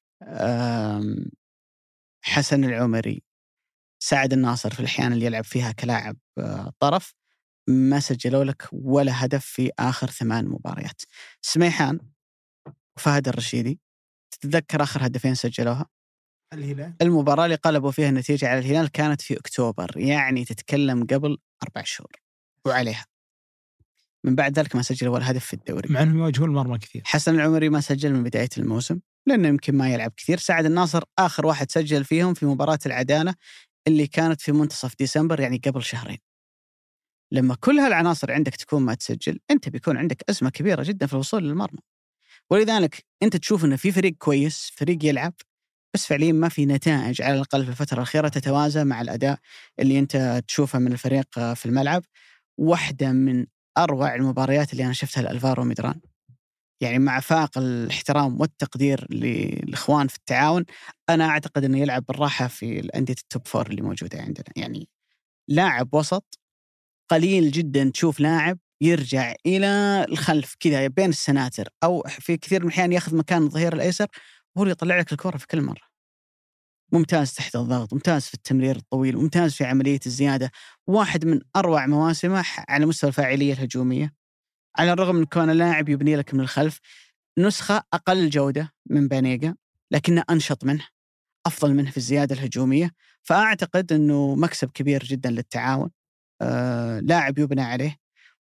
حسن العمري، سعد الناصر في الأحيان اللي يلعب فيها كلاعب طرف، ما سجلوا لك ولا هدف في آخر ثمان مباريات. سميحان وفهد الرشيدي، تتذكر آخر هدفين سجلوها؟ الهلال، المباراة اللي قلبوا فيها النتيجة على الهلال كانت في أكتوبر، يعني تتكلم قبل أربع شهور وعليها. من بعد ذلك ما سجل ولا هدف في الدوري، مع أنهم يواجهون المرمى كثير. حسن العمري ما سجل من بداية الموسم لأنه يمكن ما يلعب كثير. سعد الناصر آخر واحد سجل فيهم في مباراة العدالة اللي كانت في منتصف ديسمبر، يعني قبل شهرين. لما كل هالعناصر عندك تكون ما تسجل، أنت بيكون عندك أزمة كبيرة جدا في الوصول للمرمى. ولذلك أنت تشوف أنه في فريق كويس، فريق يلعب، بس فعليا ما في نتائج على الأقل في الفترة الأخيرة تتوازى مع الأداء اللي أنت تشوفه من الفريق في الملعب. واحدة من أروع المباريات اللي أنا شفتها لألفارو ميدران، يعني مع فاق الاحترام والتقدير للإخوان في التعاون، أنا أعتقد أنه يلعب بالراحة في الأندية التوب فور اللي موجودة عندنا. يعني لاعب وسط قليل جدا تشوف لاعب يرجع إلى الخلف كذا بين السناتر، أو في كثير من الأحيان يأخذ مكان الظهير الأيسر وهو اللي يطلع لك الكرة في كل مرة. ممتاز تحت الضغط، ممتاز في التمرير الطويل، ممتاز في عملية الزيادة. واحد من أروع مواسمه على مستوى الفاعلية الهجومية، على الرغم من كونه لاعب يبني لك من الخلف. نسخة أقل جودة من بانيجا، لكنه أنشط منه، أفضل منه في الزيادة الهجومية. فأعتقد أنه مكسب كبير جدا للتعاون، آه لاعب يبنى عليه.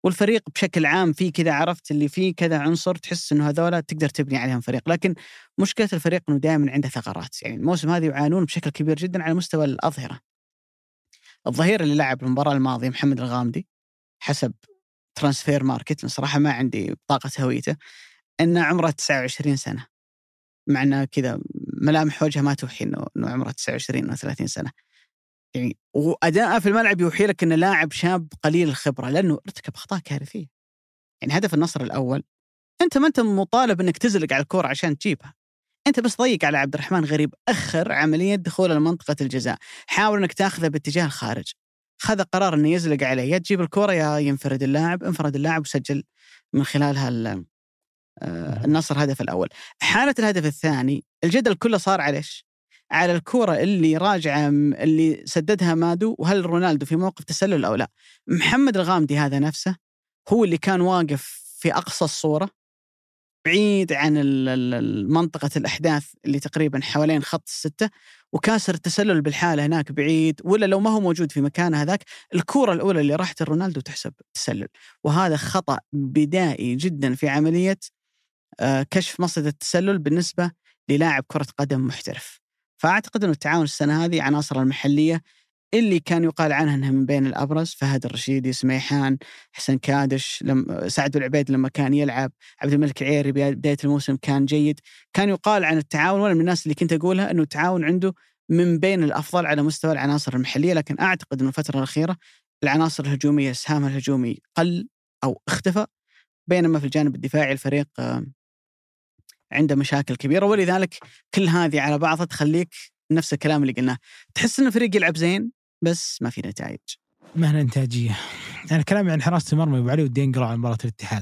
والفريق بشكل عام فيه كذا، عرفت اللي فيه كذا عنصر تحس إنه هذولا تقدر تبني عليهم فريق. لكن مشكلة الفريق إنه دائما عنده ثغرات. يعني الموسم هذا يعانون بشكل كبير جدا على مستوى الأظهرة. الظهير اللي لعب المباراة الماضية محمد الغامدي حسب ترانسفير ماركت، صراحة ما عندي بطاقة هويته، إنه عمره تسعة وعشرين سنة، معناه كذا ملامح وجهه ما توحي إنه إنه عمره تسعة وعشرين أو ثلاثين سنة. يعني وأداءه في الملعب يوحي لك إنه لاعب شاب قليل الخبرة، لأنه ارتكب أخطاء كارثية. يعني هدف النصر الأول أنت ما أنت مطالب إنك تزلق على الكرة عشان تجيبها، أنت بس ضيق على عبد الرحمن غريب، أخر عملية دخول لمنطقة الجزاء، حاول إنك تأخذه باتجاه الخارج، خذ قرار إنه يزلق عليه، يا تجيب الكرة يا ينفرد اللاعب، انفرد اللاعب وسجل من خلالها النصر هدف الأول. حالة الهدف الثاني الجدل كله صار على إيش؟ على الكرة اللي راجعة اللي سددها مادو، وهل رونالدو في موقف تسلل أو لا. محمد الغامدي هذا نفسه هو اللي كان واقف في أقصى الصورة بعيد عن المنطقة الأحداث اللي تقريبا حوالين خط الستة، وكاسر التسلل بالحالة هناك بعيد، ولا لو ما هو موجود في مكانه هذاك الكرة الأولى اللي راحت رونالدو تحسب تسلل. وهذا خطأ بدائي جدا في عملية كشف مصيدة التسلل بالنسبة للاعب كرة قدم محترف. فأعتقد أن التعاون السنة هذه عناصر المحلية اللي كان يقال عنها أنها من بين الأبرز، فهد الرشيدي، سميحان، حسن كادش، لم سعد العبيد لما كان يلعب، عبد الملك العيري بداية الموسم كان جيد. كان يقال عن التعاون، وأنا من الناس اللي كنت أقولها أنه التعاون عنده من بين الأفضل على مستوى العناصر المحلية. لكن أعتقد أن الفترة الأخيرة العناصر الهجومية سهامها الهجومي قل أو اختفى، بينما في الجانب الدفاعي الفريق عنده مشاكل كبيرة. ولذلك كل هذه على بعضها تخليك نفس الكلام اللي قلناه، تحس إن الفريق يلعب زين بس ما في نتائج، ما هنا إنتاجية. أنا كلامي عن حراسة المرمى أبو علي ودي نقرأ عن مباراة الاتحاد.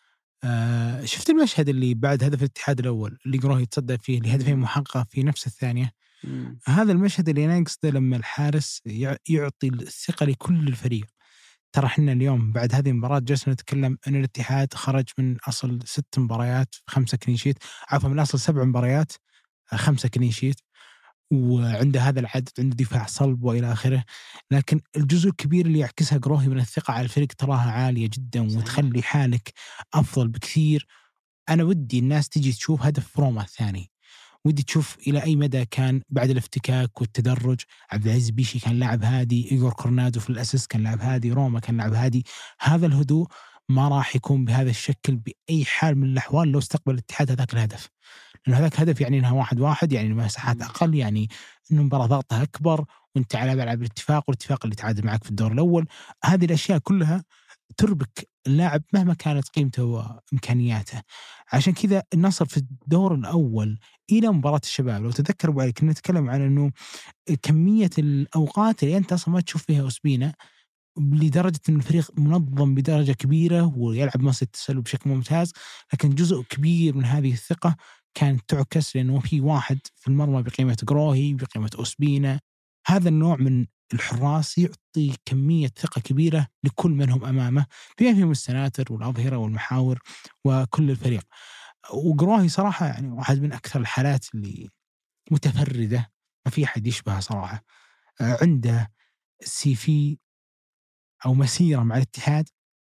آه شفت المشهد اللي بعد هدف الاتحاد الأول اللي قروه يتصدى فيه لهدفين محققة في نفس الثانية. مم. هذا المشهد اللي ناقصه لما الحارس يعطي الثقة لكل الفريق. ترى احنا اليوم بعد هذه المباراة جلسنا نتكلم أن الاتحاد خرج من أصل ست مباريات خمسة كلينشيت، عفوا من أصل سبع مباريات خمسة كلينشيت، وعنده هذا العدد، عنده دفاع صلب وإلى آخره. لكن الجزء الكبير اللي يعكسها قروهي من الثقة على الفريق تراها عالية جدا وتخلي حالك أفضل بكثير. أنا ودي الناس تيجي تشوف هدف روما الثاني، ودي تشوف إلى أي مدى كان بعد الافتكاك والتدرج عبد العزيز بيشي كان لاعب هادي، إيغور كورنادو في الأساس كان لاعب هادي، روما كان لاعب هادي. هذا الهدوء ما راح يكون بهذا الشكل بأي حال من الأحوال لو استقبل الاتحاد هذاك الهدف، لأنه هذاك هدف يعني إنها واحد واحد، يعني مساحات أقل، يعني إنه مباراة ضغطها أكبر وأنت على ملعب الاتفاق، والاتفاق اللي تعادل معك في الدور الأول. هذه الأشياء كلها تربك اللاعب مهما كانت قيمته وإمكانياته. عشان كذا النصر في الدور الأول إلى مباراة الشباب، لو تذكروا بعد كنا نتكلم عن أنه كمية الأوقات اللي أنت أصلا ما تشوف فيها أسبينا، لدرجة أن الفريق منظم بدرجة كبيرة ويلعب مصيدة التسلل بشكل ممتاز، لكن جزء كبير من هذه الثقة كانت تعكس لأنه في واحد في المرمى بقيمة قروهي بقيمة أسبينا. هذا النوع من الحراس يعطي كمية ثقة كبيرة لكل منهم أمامه، بما فيهم السناتر والأظهرة والمحاور وكل الفريق. وقروهي صراحة يعني واحد من أكثر الحالات اللي متفردة، ما في أحد يشبهها صراحة. عنده سيفي أو مسيرة مع الاتحاد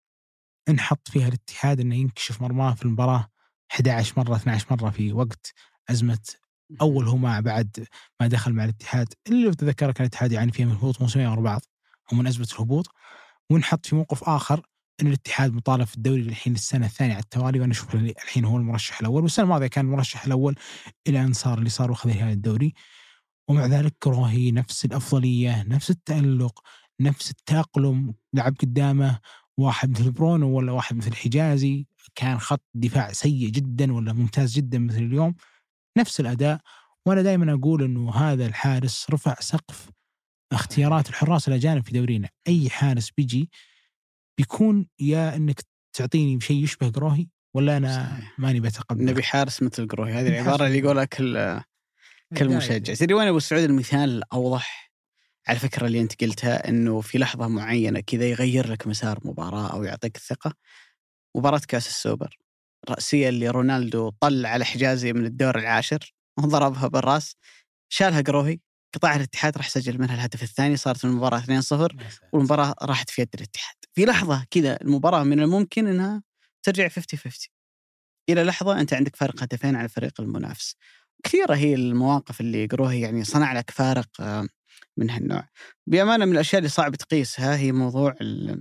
انحط فيها الاتحاد أنه ينكشف مرماه في المباراة أحد عشر مرة اثني عشر مرة في وقت أزمة أول هما بعد ما دخل مع الاتحاد، اللي لو تذكر كان الاتحاد يعني فيها من هبوط موسمين ورا بعض ومن أزمة الهبوط، ونحط في موقف آخر أن الاتحاد مطالب في الدوري الحين السنة الثانية على التوالي، وأنا أشوف الحين هو المرشح الأول، والسنة الماضية كان المرشح الأول إلى أن صار اللي صار وخذ هذا الدوري. ومع ذلك كروهي نفس الأفضلية، نفس التألق، نفس التأقلم، لعب قدامه واحد مثل برونو ولا واحد مثل حجازي، كان خط دفاع سيء جدا ولا ممتاز جدا مثل اليوم، نفس الأداء. وأنا دائما أقول أنه هذا الحارس رفع سقف اختيارات الحراس الأجانب في دورينا. أي حارس بيجي بيكون يا أنك تعطيني شيء يشبه قروهي ولا أنا ماني بتقبل. نبي حارس مثل قروهي، هذه العبارة اللي يقولها كل كل مشجع. تدري وين أبو السعود المثال الأوضح على الفكرة اللي أنت قلتها، إنه في لحظة معينة كذا يغير لك مسار مباراة أو يعطيك الثقة؟ مباراة كأس السوبر رأسية اللي رونالدو طل على حجازي من الدور العاشر وضربها بالراس، شالها قروهي، قطع الاتحاد، راح سجل منها الهدف الثاني، صارت المباراة اثنين صفر والمباراة راحت في يد الاتحاد. في لحظة كذا المباراة من الممكن أنها ترجع خمسين خمسين، إلى لحظة أنت عندك فارق هدفين على الفريق المنافس. كثيرة هي المواقف اللي قروهي يعني صنع لك فارق من هالنوع. بأمانة من الأشياء اللي صعب تقيسها هي موضوع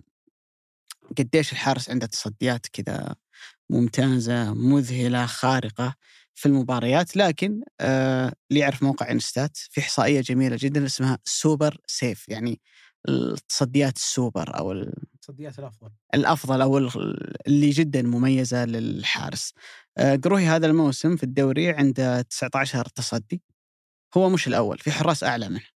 قديش الحارس عنده تصديات كذا ممتازة مذهلة خارقة في المباريات، لكن آه اللي يعرف موقع انستات في إحصائية جميلة جدا اسمها سوبر سيف، يعني التصديات السوبر أو التصديات الأفضل الأفضل أو اللي جدا مميزة للحارس. آه قروهي هذا الموسم في الدوري عنده تسعة عشر تصدي، هو مش الأول، في حراس أعلى منه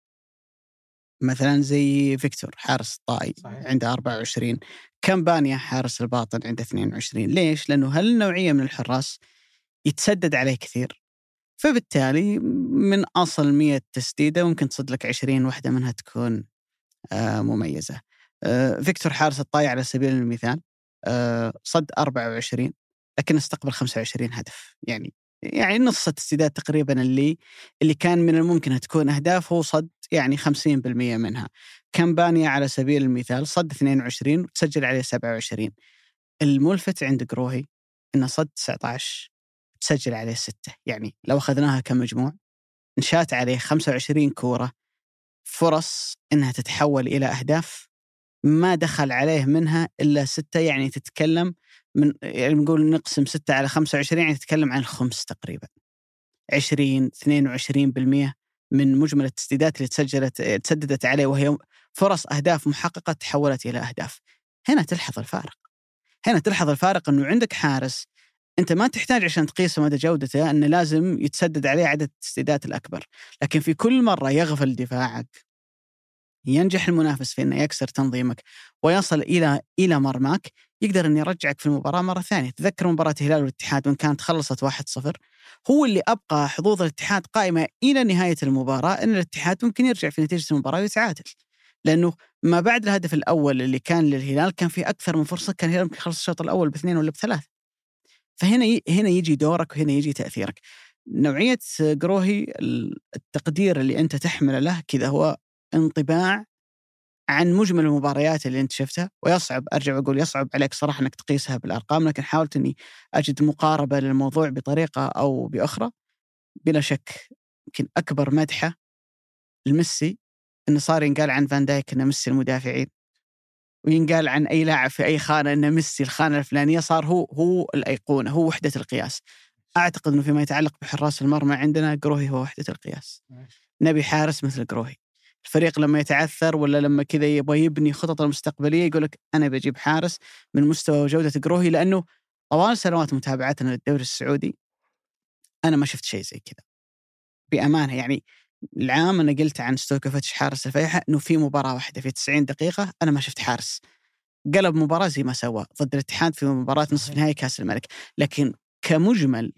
مثلا زي فيكتور حارس الطائي عنده أربعة وعشرين، كامبانيا حارس الباطن عنده اثنين وعشرين. ليش؟ لأنه هالنوعية من الحراس يتسدد عليه كثير، فبالتالي من أصل مية تسديدة ممكن تصد لك عشرين واحدة منها تكون آه مميزة. آه فيكتور حارس الطائي على سبيل المثال آه صد أربعة وعشرين لكن استقبل خمسة وعشرين هدف، يعني يعني نص التسديدات تقريبا اللي اللي كان من الممكن أن تكون أهداف هو صد يعني خمسين بالمئة منها. كامبانيا على سبيل المثال صد اثنين وعشرين وتسجل عليه سبعة وعشرين. الملفت عند قروهي إنه صد تسعة عشر تسجل عليه ستة، يعني لو أخذناها كمجموع نشات عليه خمسة وعشرين كورة، فرص إنها تتحول إلى أهداف ما دخل عليه منها إلا ستة، يعني تتكلم من يعني نقول نقسم ستة على خمسة وعشرين يعني تتكلم عن الخمس تقريبا عشرين اثنين وعشرين بالمئة من مجمل التسديدات اللي تسجلت تسددت عليه وهي فرص أهداف محققة تحولت إلى أهداف. هنا تلحظ الفارق، هنا تلحظ الفارق أنه عندك حارس أنت ما تحتاج عشان تقيس مدى جودته أنه لازم يتسدد عليه عدد التسديدات الأكبر، لكن في كل مرة يغفل دفاعك ينجح المنافس في أنه يكسر تنظيمك ويصل إلى إلى مرماك، يقدر أن يرجعك في المباراة مرة ثانية. تذكر مباراة الهلال والاتحاد وإن كانت خلصت واحد صفر، هو اللي أبقى حظوظ الاتحاد قائمة إلى نهاية المباراة أن الاتحاد ممكن يرجع في نتيجة المباراة ويتعادل، لأنه ما بعد الهدف الأول اللي كان للهلال كان في أكثر من فرصة، كان الهلال ممكن يخلص الشوط الأول باثنين ولا بثلاث. فهنا ي... هنا يجي دورك وهنا يجي تأثيرك. نوعية قروهي التقدير اللي أنت تحمل له كذا هو انطباع عن مجمل المباريات اللي أنت شفتها، ويصعب أرجع وأقول يصعب عليك صراحة أنك تقيسها بالأرقام، لكن حاولت أني أجد مقاربة للموضوع بطريقة أو بأخرى. بلا شك يمكن أكبر مدحة الميسي أنه صار ينقال عن فان دايك أنه ميسي المدافعين، وينقال عن أي لاعب في أي خانة أنه ميسي الخانة الفلانية، صار هو هو الأيقونة، هو وحدة القياس. أعتقد أنه فيما يتعلق بحراس المرمى عندنا قروهي هو وحدة القياس. نبي حارس مثل قروهي. الفريق لما يتعثر ولا لما كذا يبغى يبني خطط المستقبلية يقولك أنا بجيب حارس من مستوى وجودة قروهي، لأنه طوال سنوات متابعتنا للدوري السعودي أنا ما شفت شيء زي كذا بأمانة. يعني العام أنا قلت عن ستويكوفيتش حارس الفيحة أنه في مباراة واحدة في تسعين دقيقة أنا ما شفت حارس قلب مباراة زي ما سوى ضد الاتحاد في مباراة نصف نهائي كأس الملك. لكن كمجمل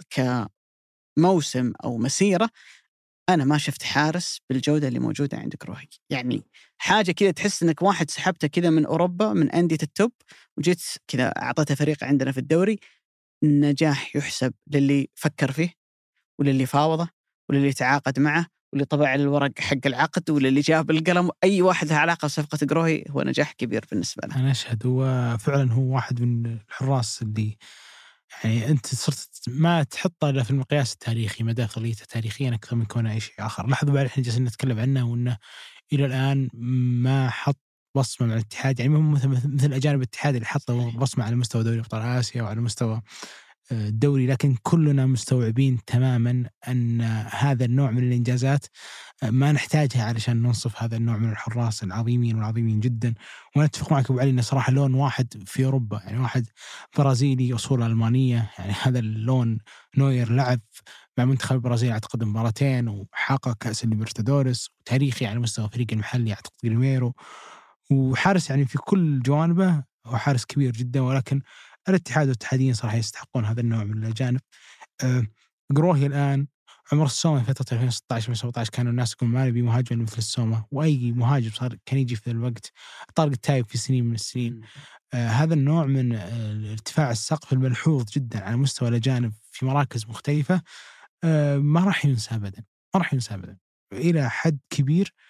كموسم أو مسيرة أنا ما شفت حارس بالجودة اللي موجودة عند قروهي. يعني حاجة كذا تحس أنك واحد سحبته كذا من أوروبا من أندية التوب وجيت كذا أعطته فريق عندنا في الدوري. النجاح يحسب للي فكر فيه وللي فاوضه وللي تعاقد معه واللي طبع الورق حق العقد وللي جاب القلم. أي واحد له علاقة بصفقة قروهي هو نجاح كبير بالنسبة له. أنا أشهد هو فعلا هو واحد من الحراس اللي يعني أنت صرت ما تحطه إلا في المقياس التاريخي مدى أفضليته تاريخيا أكثر من كونه أي شيء آخر. لاحظوا بعد إحنا جالسين نتكلم عنه وإنه إلى الآن ما حط بصمة مع الاتحاد، يعني مو مثل مثل أجانب الاتحاد اللي حطوا بصمة على مستوى دوري أبطال آسيا وعلى مستوى الدوري، لكن كلنا مستوعبين تماما أن هذا النوع من الإنجازات ما نحتاجها علشان ننصف هذا النوع من الحراس العظيمين والعظيمين جدا. وأنا أتفق معك أبو علي أن صراحة لون واحد في أوروبا، يعني واحد برازيلي أصول ألمانية، يعني هذا اللون نوير لعب مع منتخب البرازيل أعتقد مباراتين وحقق كأس الليبرتادوريس، وتاريخي على مستوى فريق المحلي أعتقد غريميرو، وحارس يعني في كل جوانبه وحارس كبير جدا. ولكن الاتحاد والاتحاديين صراحة يستحقون هذا النوع من الجانب. أه قروهي الآن عمر السومة في فترة ألفين وستة عشر وسبعة عشر كانوا الناس يقولون ما نبي مهاجم مثل السومة، وأي مهاجم صار كان يجي في الوقت. طارق التايب في سنين من السنين. أه هذا النوع من أه ارتفاع السقف الملحوظ جدا على مستوى الأجانب في مراكز مختلفة أه ما راح ينسى أبدا، ما راح ينسى أبدا إلى حد كبير.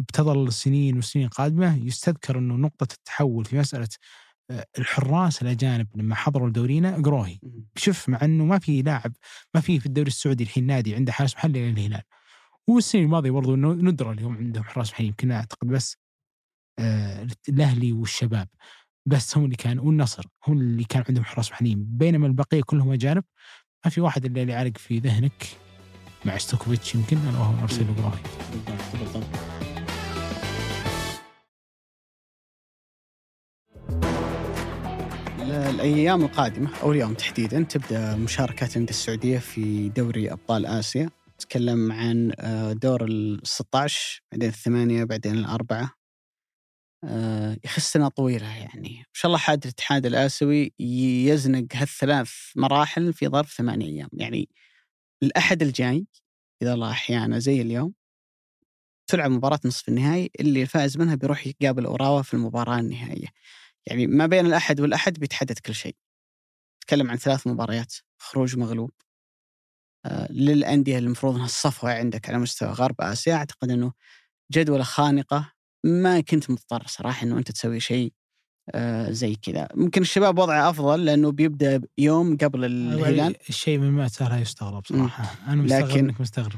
بتظل السنين والسنين القادمة يستذكر أنه نقطة التحول في مسألة الحراس الأجانب لما حضروا لدورينا قروهي. شوف مع أنه ما في لاعب ما في في الدوري السعودي الحين نادي عنده حارس محلي إلا الهلال، والسنين الماضية برضو ندرة اليوم عندهم حراس محلي يمكن أعتقد بس آه الأهلي والشباب بس هم اللي كانوا، والنصر هم اللي كان عندهم حراس محليين، بينما البقية كلهم أجانب. ما في واحد اللي يعلق في ذهنك مع ستوكوفيتش يمكن أنا وهو مارسيلو قروهي. الأيام القادمة أو اليوم تحديداً تبدأ مشاركات الأندية السعودية في دوري أبطال آسيا. نتكلم عن دور الستة عشر بعدين الثمانية بعدين الأربعة. يخصنا طويلة يعني إن شاء الله حاد الاتحاد الآسيوي يزنق هالثلاث مراحل في ظرف ثمانية أيام. يعني الأحد الجاي إذا الله أحيانا زي اليوم تلعب مباراة نصف النهائي اللي الفائز منها بيروح يقابل أوراوا في المباراة النهائية. يعني ما بين الأحد والأحد بيتحدد كل شيء. نتكلم عن ثلاث مباريات خروج مغلوب آه للأندية اللي المفروض أنها الصفوة عندك على مستوى غرب آسيا. أعتقد أنه جدولة خانقة، ما كنت مضطر صراحة أنه أنت تسوي شيء آه زي كذا. ممكن الشباب وضعه أفضل لأنه بيبدأ يوم قبل الهلال. الشيء من ما سهل يستغرب صراحة. أنا مستغرب لكن إنك مستغرب.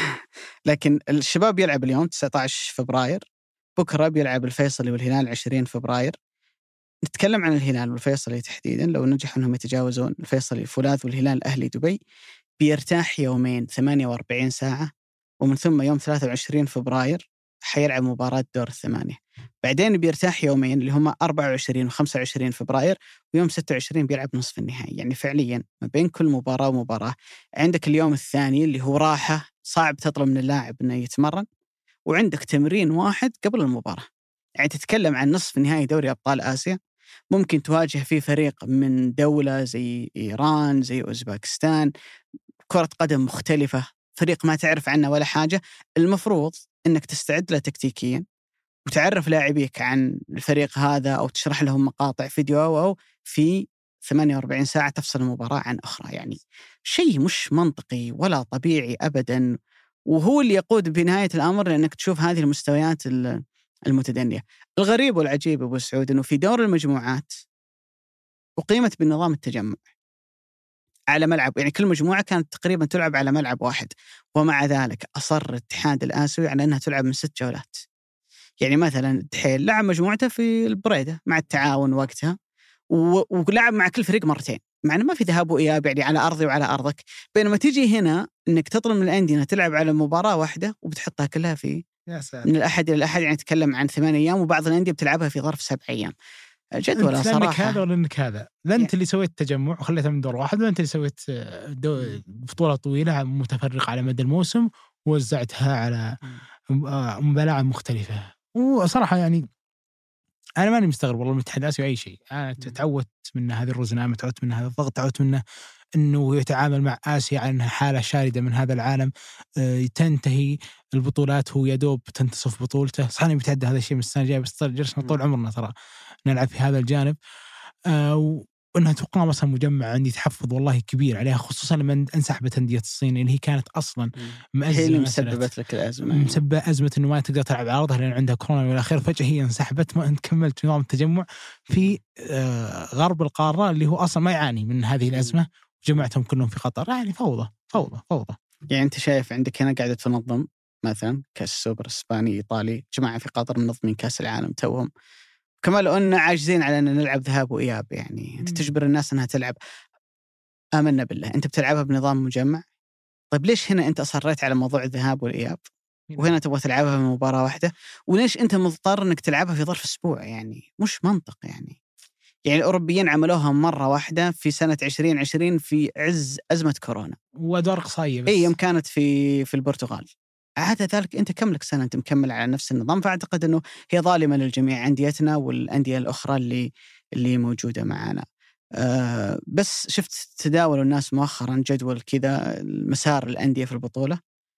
لكن الشباب يلعب اليوم تسعة عشر فبراير، بكرة بيلعب الفيصلي والهلال عشرين فبراير. نتكلم عن الهلال والفيصلي تحديدا، لو نجحوا أنهم يتجاوزون الفيصلي الفولاذ والهلال أهلي دبي بيرتاح يومين ثمانية وأربعين ساعة، ومن ثم يوم ثلاثة وعشرين فبراير حيلعب مباراة دور الثمانية. بعدين بيرتاح يومين اللي هم أربعة وعشرين وخمسة وعشرين فبراير، ويوم ستة وعشرين بيلعب نصف النهائي. يعني فعليا ما بين كل مباراة ومباراة عندك اليوم الثاني اللي هو راحة، صعب تطلب من اللاعب أنه يتمرن، وعندك تمرين واحد قبل المباراة. يعني تتكلم عن نصف نهائي دوري أبطال آسيا ممكن تواجه فيه فريق من دولة زي إيران زي أوزباكستان، كرة قدم مختلفة، فريق ما تعرف عنه ولا حاجة. المفروض أنك تستعد له تكتيكيا وتعرف لاعبيك عن الفريق هذا أو تشرح لهم مقاطع فيديو، أو في ثمانية وأربعين ساعة تفصل المباراة عن أخرى. يعني شيء مش منطقي ولا طبيعي أبدا، وهو اللي يقود بنهاية الأمر لأنك تشوف هذه المستويات المتدنية. الغريب والعجيب أبو سعود أنه في دور المجموعات أقيمت بالنظام التجمع على ملعب، يعني كل مجموعة كانت تقريبا تلعب على ملعب واحد، ومع ذلك أصر الاتحاد الآسيوي على أنها تلعب من ست جولات. يعني مثلا الدحيل لعب مجموعته في البريدة مع التعاون وقتها، ولعب مع كل فريق مرتين، مع أنه ما في ذهاب وإياب يعني على أرضي وعلى أرضك. بينما تيجي هنا أنك تطلب من الأندية تلعب على مباراة واحدة وبتحطها كلها في من الأحد إلى الأحد. يعني تكلم عن ثمان أيام، وبعض الأندية بتلعبها في ظرف سبع أيام. جدولة صراحة. لأنك هذا ولا إنك هذا، لا أنت اللي سويت تجمع وخليتها من دور واحد، ولا أنت اللي سويت بطولة طويلة متفرقة على مدى الموسم ووزعتها على ملاعب مختلفة. وصراحة يعني أنا ماني مستغرب والله من الاتحاد الآسيوي أي شيء. أنا تعودت من هذه الرزنامة، تعودت من هذا الضغط، تعودت منه أنه يتعامل مع آسيا على أنها حالة شاردة من هذا العالم. أه تنتهي البطولات هو يدوب تنتصف بطولته. صحيح بيتعدى هذا الشيء من السنة الجاية، بس جلسنا طول عمرنا ترى نلعب في هذا الجانب. أه وأنها تقام مثلا مجمع عندي تحفظ والله كبير عليها، خصوصا لما انسحبت أندية الصين اللي هي كانت أصلا هي اللي مسببت لك الأزمة، مسببة أزمة إنه ما تقدر تلعب عرضها لأن عندها كورونا والى آخره. فجأة هي انسحبت، ما أنت كملت نظام التجمع في آه غرب القارة اللي هو أصلا ما يعاني من هذه الأزمة، وجمعتهم كلهم في قطر. يعني فوضى فوضى فوضى. يعني أنت شايف عندك هنا قاعدة تنظم مثلا كأس السوبر الإسباني إيطالي، جماعة في قطر منظمين كأس العالم توهم، كما لو أننا عاجزين على أن نلعب ذهاب وإياب. يعني أنت تجبر الناس أنها تلعب، آمنا بالله أنت بتلعبها بنظام مجمع. طيب ليش هنا أنت أصريت على موضوع الذهاب والإياب وهنا تبغى تلعبها بمباراة واحدة؟ وليش أنت مضطر أنك تلعبها في ظرف أسبوع؟ يعني مش منطق. يعني يعني الأوروبيين عملوها مرة واحدة في سنة عشرين عشرين في عز أزمة كورونا ودور قصير بس. أي يوم كانت في في البرتغال. عاد ذلك أنت كم لك سنة أنت مكمل على نفس النظام. فأعتقد أنه هي ظالمة للجميع، أنديتنا والأندية الأخرى اللي اللي موجودة معنا. أه بس شفت تداول الناس مؤخرا جدول كذا مسار الأندية في البطولة.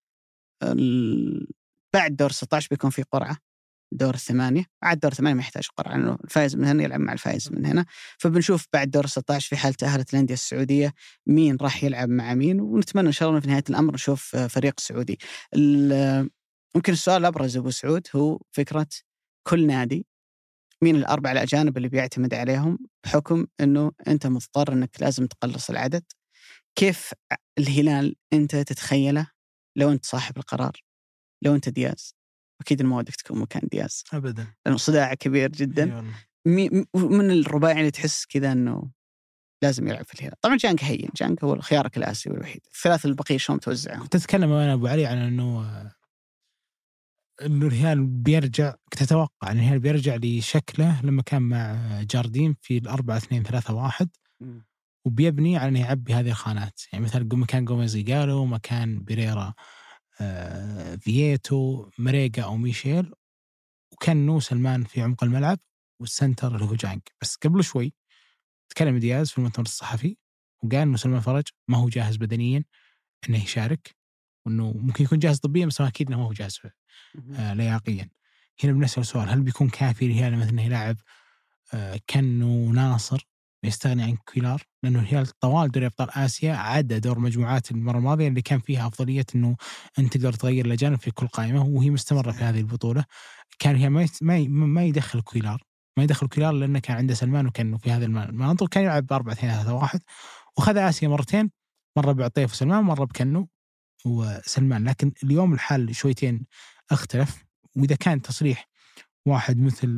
بعد دور ستة عشر بيكون في قرعة، دور الثمانية عاد دور الثمانية ما يحتاج قرعة لأنه الفائز من هنا يلعب مع الفائز من هنا. فبنشوف بعد دور ستة عشر في حال تأهلت الأندية السعودية مين راح يلعب مع مين، ونتمنى إن شاء الله في نهاية الأمر نشوف فريق سعودي. ممكن السؤال الأبرز أبو سعود هو فكرة كل نادي مين الأربع الأجانب اللي بيعتمد عليهم بحكم أنه أنت مضطر أنك لازم تقلص العدد. كيف الهلال أنت تتخيله لو أنت صاحب القرار، لو أنت دياز؟ أكيد الموادك تكون مكان دياز أبدا، لأنه صداع كبير جدا. مي من الرباعي اللي تحس كذا أنه لازم يلعب في الهلال؟ طبعا جانك هين، جانك هو خيارك الآسيوي الوحيد. الثلاث البقية شلون توزعهم؟ تتكلم أنا أبو علي عن أنه إنه الهلال بيرجع، كنت أتوقع أن الهلال بيرجع لشكله لما كان مع جارديم في الأربعة اثنين ثلاثة واحد، وبيبني على أن يعبي هذه الخانات. يعني مثلا مكان جوميز قالوا مكان بيريرا آه، فييتو مريقا أو ميشيل، وكان نو سلمان في عمق الملعب، والسنتر اللي هو جانك. بس قبل شوي تكلم دياز في المؤتمر الصحفي وقال إنه سلمان فرج ما هو جاهز بدنيا إنه يشارك، وإنه ممكن يكون جاهز طبيا بس ما أكيد إنه ما هو جاهز آه لياقيا. هنا بنسأل سؤال، هل بيكون كافي الهلال مثلا يلاعب آه كأنه ناصر يستغني عن كويلار؟ لأنه الهلال طوال دوري أبطال آسيا عدى دور مجموعات المرة الماضية اللي كان فيها أفضلية إنه أنت تقدر تغير الأجانب في كل قائمة، وهي مستمرة في هذه البطولة. كان هي ما ما ما يدخل كويلار ما يدخل كويلار لأنه كان عنده سلمان، وكانه في هذا المناطق كان يلعب بأربعة اثنين ثلاثة واحد، وخذ آسيا مرتين، مرة بعطيف وسلمان، مرة بكنو وسلمان. لكن اليوم الحال شويتين اختلف، وإذا كان تصريح واحد مثل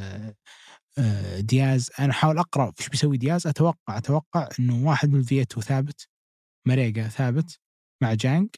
دياز، أنا حاول أقرأ إيش بيسوي دياز، أتوقع أتوقع إنه واحد من فييتو ثابت، مريقا ثابت مع جانج،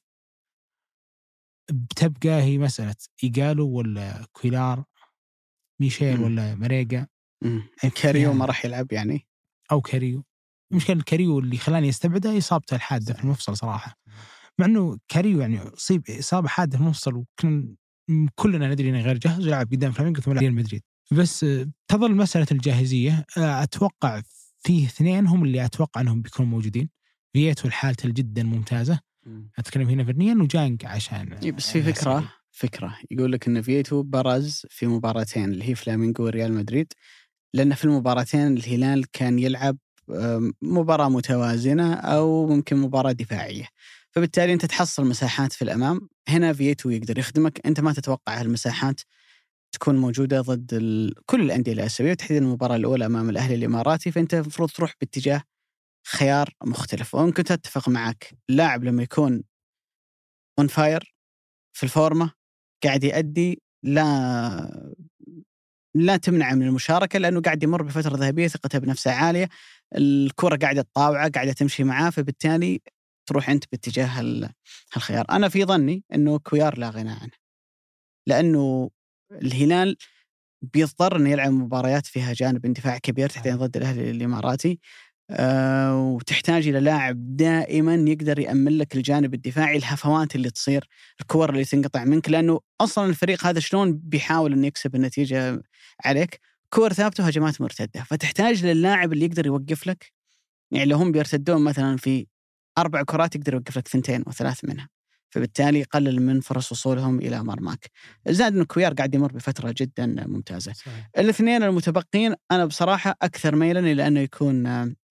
بتبقى هي مسألة إيجالو ولا كويلار، ميشيل م. ولا مريقا. كاريو ما راح يلعب يعني، أو كاريو. مشكلة الكاريو اللي خلاني استبعده إصابته الحادة في المفصل صراحة، مع أنه كاريو يعني أصيب إصابة حادة في المفصل، وكن كلنا ندري أنه غير جاهز يلعب قدام فلامينغو ثم ريال مدريد. بس تظل مسألة الجاهزية. أتوقع فيه اثنين هم اللي أتوقع أنهم بيكونوا موجودين، فييتو حالته جدا ممتازة، أتكلم هنا فنيا، وجانج عشان بس في فكرة فكرة يقول لك أن فييتو برز في مباراتين اللي هي فلامينغو وريال مدريد، لأن في المباراتين الهلال كان يلعب مباراة متوازنة أو ممكن مباراة دفاعية، فبالتالي أنت تحصل مساحات في الأمام. هنا فييتو يقدر يخدمك، أنت ما تتوقع هالمساحات تكون موجودة ضد ال... كل الأندية الآسيوية، وتحديدا المباراة الأولى أمام الأهلي الإماراتي، فأنت المفروض تروح باتجاه خيار مختلف. وممكن تتفق معك اللاعب لما يكون on fire في الفورمة قاعد يؤدي، لا لا تمنع من المشاركة، لأنه قاعد يمر بفترة ذهبية، ثقته بنفسه عالية، الكرة قاعدة تطاوعه، قاعدة تمشي معاه، فبالتالي تروح أنت باتجاه هالخيار. أنا في ظني أنه كويار لا غنى عنه، لأنه الهلال بيضطر أن يلعب مباريات فيها جانب اندفاع كبير تحديدا ضد الأهلي الإماراتي، أه وتحتاج إلى لاعب دائما يقدر يأمن لك الجانب الدفاعي، الهفوات اللي تصير، الكور اللي تنقطع منك، لأنه أصلا الفريق هذا شلون بيحاول أن يكسب النتيجة عليك؟ كور ثابتة وهجمات مرتدة، فتحتاج للاعب اللي يقدر يوقف لك. يعني لو هم بيرتدون مثلا في أربع كرات يقدر يوقف لك ثنتين وثلاث منها، فبالتالي يقلل من فرص وصولهم إلى مرماك. زاد أن كويار قاعد يمر بفترة جدا ممتازة. صحيح. الاثنين المتبقين أنا بصراحة أكثر ميلا إلى أنه يكون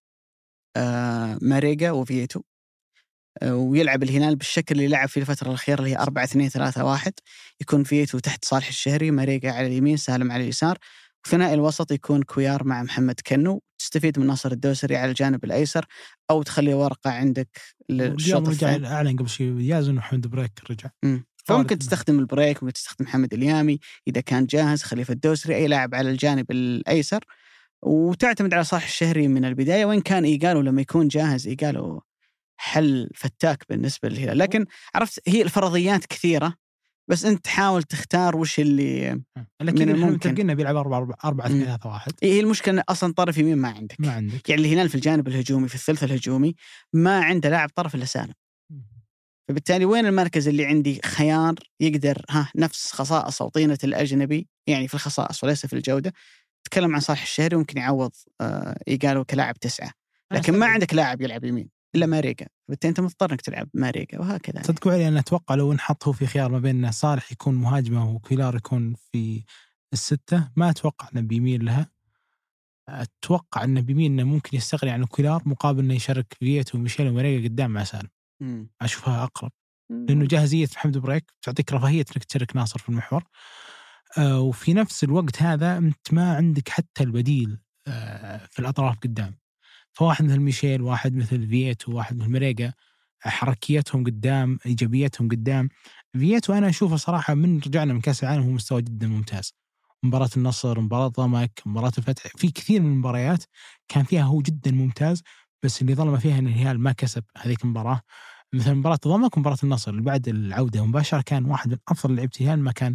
آه ماريجا وفييتو، آه ويلعب الهلال بالشكل اللي لعب في الفترة الأخيرة اللي هي أربعة اثنين ثلاثة واحد، يكون فييتو تحت صالح الشهري، ماريجا على اليمين، سالم على اليسار، وثنائي الوسط يكون كويار مع محمد كنو، تستفيد من ناصر الدوسري على الجانب الأيسر، أو تخلي ورقة عندك للشوط الثاني. أعلن قبل شيء يازن محمد بريك رجع، م. فممكن تستخدم البريك، ممكن تستخدم محمد اليامي إذا كان جاهز، خليفة الدوسري، أي لاعب على الجانب الأيسر، وتعتمد على صالح الشهري من البداية. وإن كان إيقالو لما يكون جاهز، إيقالو حل فتاك بالنسبة للهلال، لكن عرفت هي الفرضيات كثيرة، بس أنت حاول تختار وش اللي لكن الممكن. قلنا بيلعب أربعة أربعة ثلاثة واحد. هي المشكلة أصلا طرف يمين ما عندك. ما عندك. يعني الهلال في الجانب الهجومي في الثلث الهجومي ما عنده لاعب طرف إلا سالم، فبالتالي وين المركز اللي عندي خيار يقدر ها نفس خصائص أو طينة الأجنبي، يعني في الخصائص وليس في الجودة. تكلم عن صالح الشهري ممكن يعوض آه يقالوا كلاعب تسعة، لكن ما عندك لاعب يلعب يمين إلا ماريجا، فبالتالي أنت مضطر إنك تلعب ماريجا، وهكذا. صدقوا علي أنا أتوقع لو نحطه في خيار ما بين صالح يكون مهاجمة وكويلار يكون في الستة، ما أتوقع أنه بيميل لها. أتوقع أنه بيميل أنه ممكن يستغني عن كويلار مقابل أنه يشارك فييتو وميشيل وماريجا قدام مع سالم. أشوفها أقرب. لأنه جاهزية محمد بريك تعطيك رفاهية إنك تشارك ناصر في المحور. آه وفي نفس الوقت هذا أنت ما عندك حتى البديل آه في الأطراف قدام. فواحد مثل ميشيل، واحد مثل فييتو، واحد مثل مريقا، حركيتهم قدام، إيجابيتهم قدام. فييتو أنا أشوفه صراحة من رجعنا من كأس العالم هو مستوى جدا ممتاز. مباراة النصر، مباراة ضمك، مباراة الفتح، في كثير من المباريات كان فيها هو جدا ممتاز، بس اللي ظلم فيها أن الهلال ما كسب هذيك المباراة. مثل مباراة ضمك ومباراة النصر اللي بعد العودة مباشرة كان واحد من أفضل لعيبة الهلال، ما كان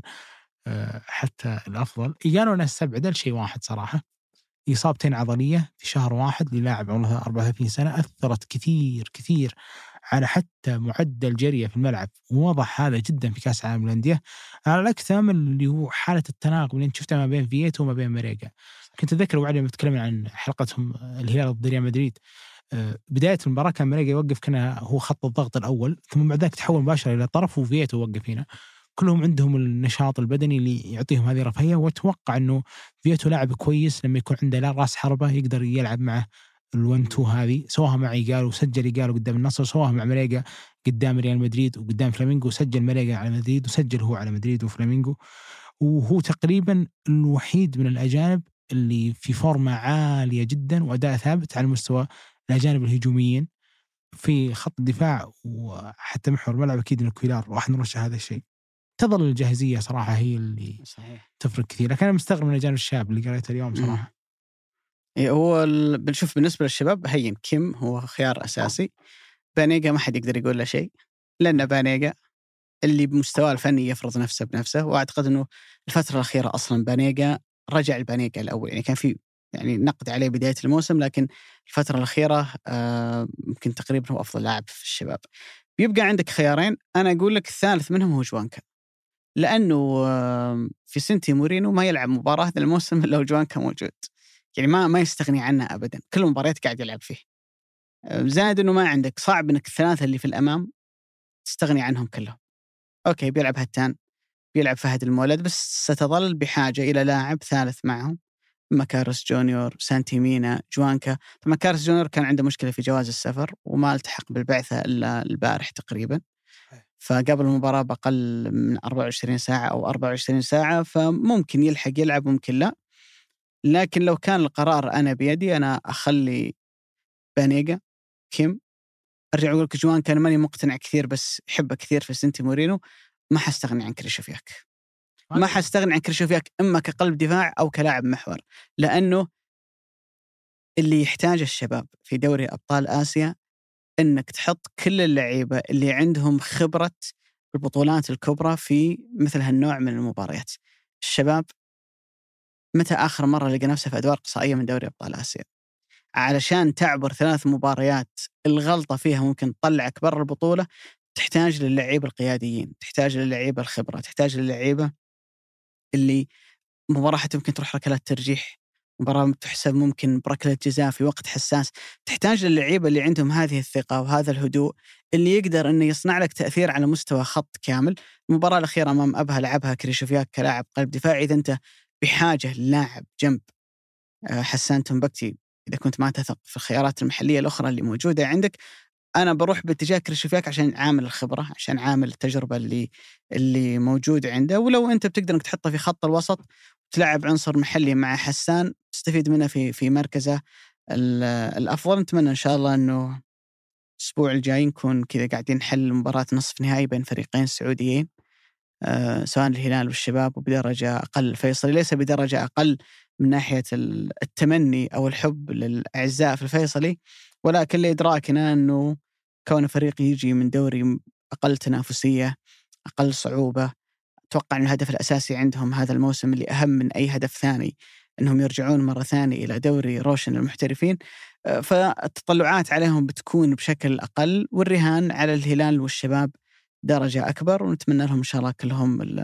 حتى الأفضل. قالوا أنا استبعد الشيء واحد صراحة، إصابتين عضلية في شهر واحد للاعب عمره أربعة وثلاثين سنة أثرت كثير كثير على حتى معدل جريه في الملعب، ووضح هذا جدا في كأس العالم للأندية على الأكثر اللي هو حالة التناقض اللي شفتها ما بين فييتو وما بين مريقا. كنت أتذكر وعلي بتكلم عن حلقتهم الهلال ضد ريال مدريد، بداية المباراة كان مريقا يوقف كان هو خط الضغط الأول، ثم بعد ذلك تحول مباشرة إلى طرف وفييتو وقف هنا. كلهم عندهم النشاط البدني اللي يعطيهم هذه رفاهية، وأتوقع أنه فييتو لاعب كويس لما يكون عنده لا راس حربة يقدر يلعب معه الون تو هذه. سواها مع إيجال وسجل إيجال قدام النصر، سواها مع مريقا قدام ريال مدريد وقدام فلامينغو، سجل مريقا على مدريد وسجل هو على مدريد وفلامينغو. وهو تقريبا الوحيد من الأجانب اللي في فورمة عالية جدا وأداء ثابت على مستوى الأجانب الهجوميين في خط الدفاع وحتى محور الملعب. أكيد إنه كويلار راح نرشح هذا الشيء. تظل الجاهزية صراحة هي اللي صحيح تفرق كثير، لكن أنا مستغرب من الجانب الشاب اللي قريته اليوم صراحة. إيه هو ال... بنشوف بالنسبة للشباب هين كيم هو خيار أساسي. بانيجا ما حد يقدر يقول له شيء، لأن بانيجا اللي بمستوى الفني يفرض نفسه بنفسه. وأعتقد أنه الفترة الأخيرة أصلا بانيجا رجع البانيجا الأول، يعني كان في يعني نقد عليه بداية الموسم، لكن الفترة الأخيرة آه يمكن تقريبا هو أفضل لاعب في الشباب. بيبقى عندك خيارين، أنا أقول لك الثالث منهم هو جوانكا، لأنه في سنتي مورينو ما يلعب مباراة الموسم إلا وجوانكا موجود، يعني ما ما يستغني عنه أبدا، كل المباريات قاعد يلعب فيه. زائد إنه ما عندك صعب إنك الثلاثة اللي في الأمام تستغني عنهم كلهم. أوكي بيلعب هتان، بيلعب فهد المولد، بس ستظل بحاجة إلى لاعب ثالث معهم، مكارس جونيور، سانتي مينا، جوانكا. مكارس جونيور كان عنده مشكلة في جواز السفر وما التحق بالبعثة إلا البارح تقريبا، فقبل المباراة بأقل من أربعة وعشرين ساعة أو أربعة وعشرين ساعة، فممكن يلحق يلعب ممكن لا. لكن لو كان القرار أنا بيدي أنا أخلي بانيجا كيم. أرجع أقول لك جوان كان ماني مقتنع كثير بس حبه كثير في سنتي مورينو. ما حستغني عن كريشوفياك، ما حستغني عن كريشوفياك إما كقلب دفاع أو كلاعب محور، لأنه اللي يحتاج الشباب في دوري أبطال آسيا إنك تحط كل اللعيبة اللي عندهم خبرة البطولات الكبرى في مثل هالنوع من المباريات. الشباب متى آخر مرة لقى نفسه في أدوار قصائية من دوري أبطال آسيا؟ علشان تعبر ثلاث مباريات الغلطة فيها ممكن تطلعك برا البطولة، تحتاج للعيبة القياديين، تحتاج للعيبة الخبرة، تحتاج للعيبة اللي مباراة ممكن تروح ركلات ترجيح، مباراة تحسب ممكن بركلة جزاء في وقت حساس. تحتاج للعيبة اللي عندهم هذه الثقة وهذا الهدوء اللي يقدر أنه يصنع لك تأثير على مستوى خط كامل. المباراة الأخيرة أمام أبها لعبها كريشوفياك كلاعب قلب دفاع. إذا أنت بحاجة لاعب جنب حسان تنبكتي، إذا كنت ما تثق في الخيارات المحلية الأخرى اللي موجودة عندك، أنا بروح باتجاه كريشوفياك عشان عامل الخبرة، عشان عامل التجربة اللي اللي موجودة عنده. ولو أنت بتقدر إنك تحطه في خط الوسط تلعب عنصر محلي مع حسان تستفيد منه في في مركزه الأفضل. نتمنى إن شاء الله إنه الأسبوع الجاي نكون كذا قاعدين نحل مباراة نصف نهائي بين فريقين سعوديين، أه سواء الهلال والشباب، وبدرجة أقل الفيصلي، ليس بدرجة أقل من ناحية التمني أو الحب للأعزاء في الفيصلي، ولكن لإدراكنا أنه كون فريق يجي من دوري أقل تنافسية أقل صعوبة، أتوقع أن الهدف الأساسي عندهم هذا الموسم اللي أهم من أي هدف ثاني أنهم يرجعون مرة ثانية إلى دوري روشن للمحترفين، فالتطلعات عليهم بتكون بشكل أقل، والرهان على الهلال والشباب درجة أكبر، ونتمنى لهم إن شاء الله كلهم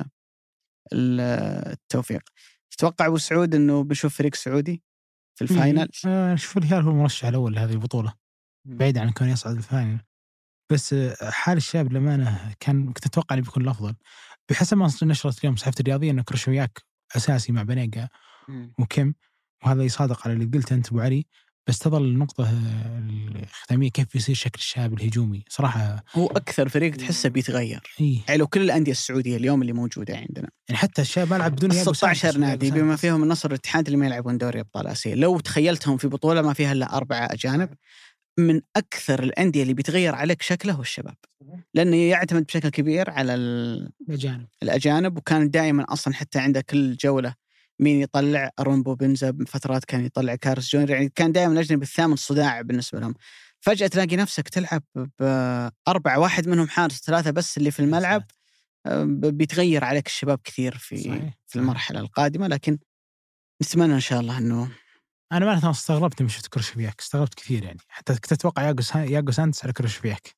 التوفيق. تتوقع أبو سعود أنه بنشوف فريق سعودي في الفاينل؟ أه شوف الهلال هو المرشح الأول لهذه البطولة بعيد عن كون يصعد الفاينل، بس حال الشاب لمانه كان كنت أتوقع أن بيكون الأفضل بحسب ما نشرت اليوم صحيفة الرياضية أن كريشوفياك أساسي مع بانيجا وكيم، وهذا يصادق على اللي قلت أنت أبو علي. بس تظل النقطة الختامية كيف بيصير شكل الشباب الهجومي صراحة. هو أكثر فريق تحسه بيتغير إيه؟ يعني لو كل الأندية السعودية اليوم اللي موجودة عندنا يعني حتى الشباب ملعب بدون ستة عشر نادي بما فيهم النصر والاتحاد اللي ما يلعبون دوري أبطال آسيا، لو تخيلتهم في بطولة ما فيها إلا أربعة أجانب، من أكثر الأندية اللي بيتغير عليك شكله هو الشباب، لأنه يعتمد بشكل كبير على الأجانب الأجانب وكان دائما أصلا حتى عنده كل جولة مين يطلع أرون بوبنزا، بفترات كان يطلع كارس جونيور، يعني كان دائما الأجنبي الثامن صداع بالنسبة لهم. فجأة تلاقي نفسك تلعب بأربعة، واحد منهم حارس، ثلاثة بس اللي في الملعب، بيتغير عليك الشباب كثير في صحيح. في المرحلة القادمة. لكن نتمنى إن شاء الله إنه أنا ما أنا استغربت مش كروشفياك، استغربت كثير يعني، حتى كنت أتوقع ياغو ياغو سانتس على كروشفياك.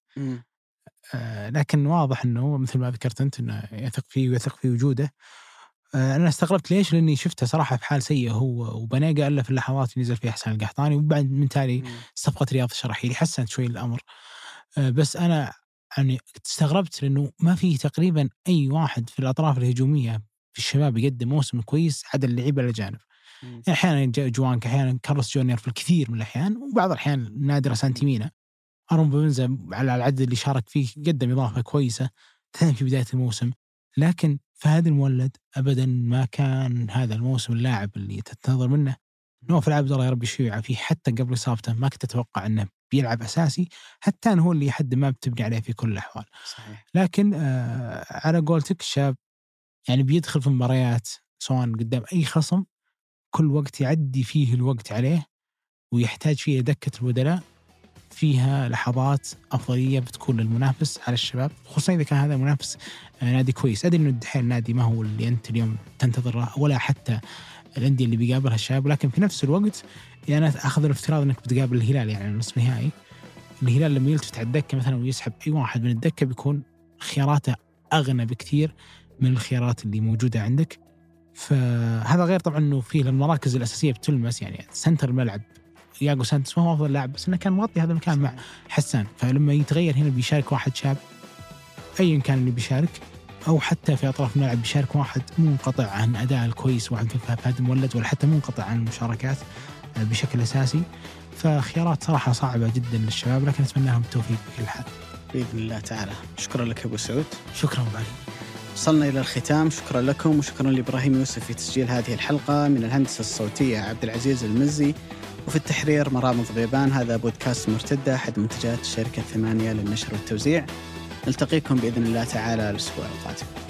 آه لكن واضح إنه مثل ما ذكرت أنت إنه يثق فيه ويثق في وجوده. آه أنا استغربت ليش؟ لأني شفته صراحة في حال سيء هو وبنيقة إلا في اللحظات اللي نزل فيها حسن القحطاني، وبعد من تالي صفقة رياض الشرحيلي حسنت شوي الأمر. آه بس أنا يعني استغربت لأنه ما في تقريبا أي واحد في الأطراف الهجومية في الشباب يقدم موسم كويس عدا اللعيبة الأجانب. يعني أحيانا جوانك، أحيانا كارلوس جونيور في الكثير من الأحيان، وبعض الأحيان نادرة سانتيمينا. أرون بوبنزا على العدد اللي شارك فيه قدم إضافة كويسة ثاني في بداية الموسم، لكن فهد المولد أبدا ما كان هذا الموسم اللاعب اللي تنتظر منه. نواف العبد الله يا رب يشفيه فيه، حتى قبل إصابته ما كنت أتوقع أنه بيلعب أساسي، حتى أنه هو اللي حد ما بتبني عليه في كل الأحوال. صحيح. لكن آه على قولتك الشاب يعني بيدخل في مباريات سواء قدام أي خصم كل وقت يعدي فيه الوقت عليه ويحتاج فيه دكة البدلاء، فيها لحظات أفضلية بتكون للمنافس على الشباب، خصوصا إذا كان هذا المنافس نادي كويس. أدري إنه الدحين نادي ما هو اللي أنت اليوم تنتظره ولا حتى الأندية اللي بيقابلها الشباب، لكن في نفس الوقت يعني أنا أخذ الافتراض أنك بتقابل الهلال يعني نصف نهائي. الهلال لما يلتفت على الدكة مثلا ويسحب أي واحد من الدكة بيكون خياراته أغنى بكثير من الخيارات اللي موجودة عندك. فهذا غير طبعا أنه فيه المراكز الأساسية بتلمس، يعني سنتر الملعب ياغو سانتس ما هو أفضل لاعب بس إنه كان مغطي هذا المكان مع حسان، فلما يتغير هنا بيشارك واحد شاب أيا كان اللي بيشارك، أو حتى في أطراف الملعب بيشارك واحد منقطع عن أداء الكويس، واحد في فهد المولد، ولا حتى منقطع عن المشاركات بشكل أساسي. فخيارات صراحة صعبة جدا للشباب، لكن أتمنى لهم التوفيق في كل حال بإذن الله تعالى. شكرا لك أبو سعود. شكرا أبو علي. وصلنا إلى الختام، شكرا لكم وشكرا لإبراهيم يوسف في تسجيل هذه الحلقة، من الهندسة الصوتية عبد العزيز المزي، وفي التحرير مرام ضبيبان. هذا بودكاست مرتدة أحد منتجات شركة ثمانية للنشر والتوزيع. نلتقيكم بإذن الله تعالى الأسبوع القادم.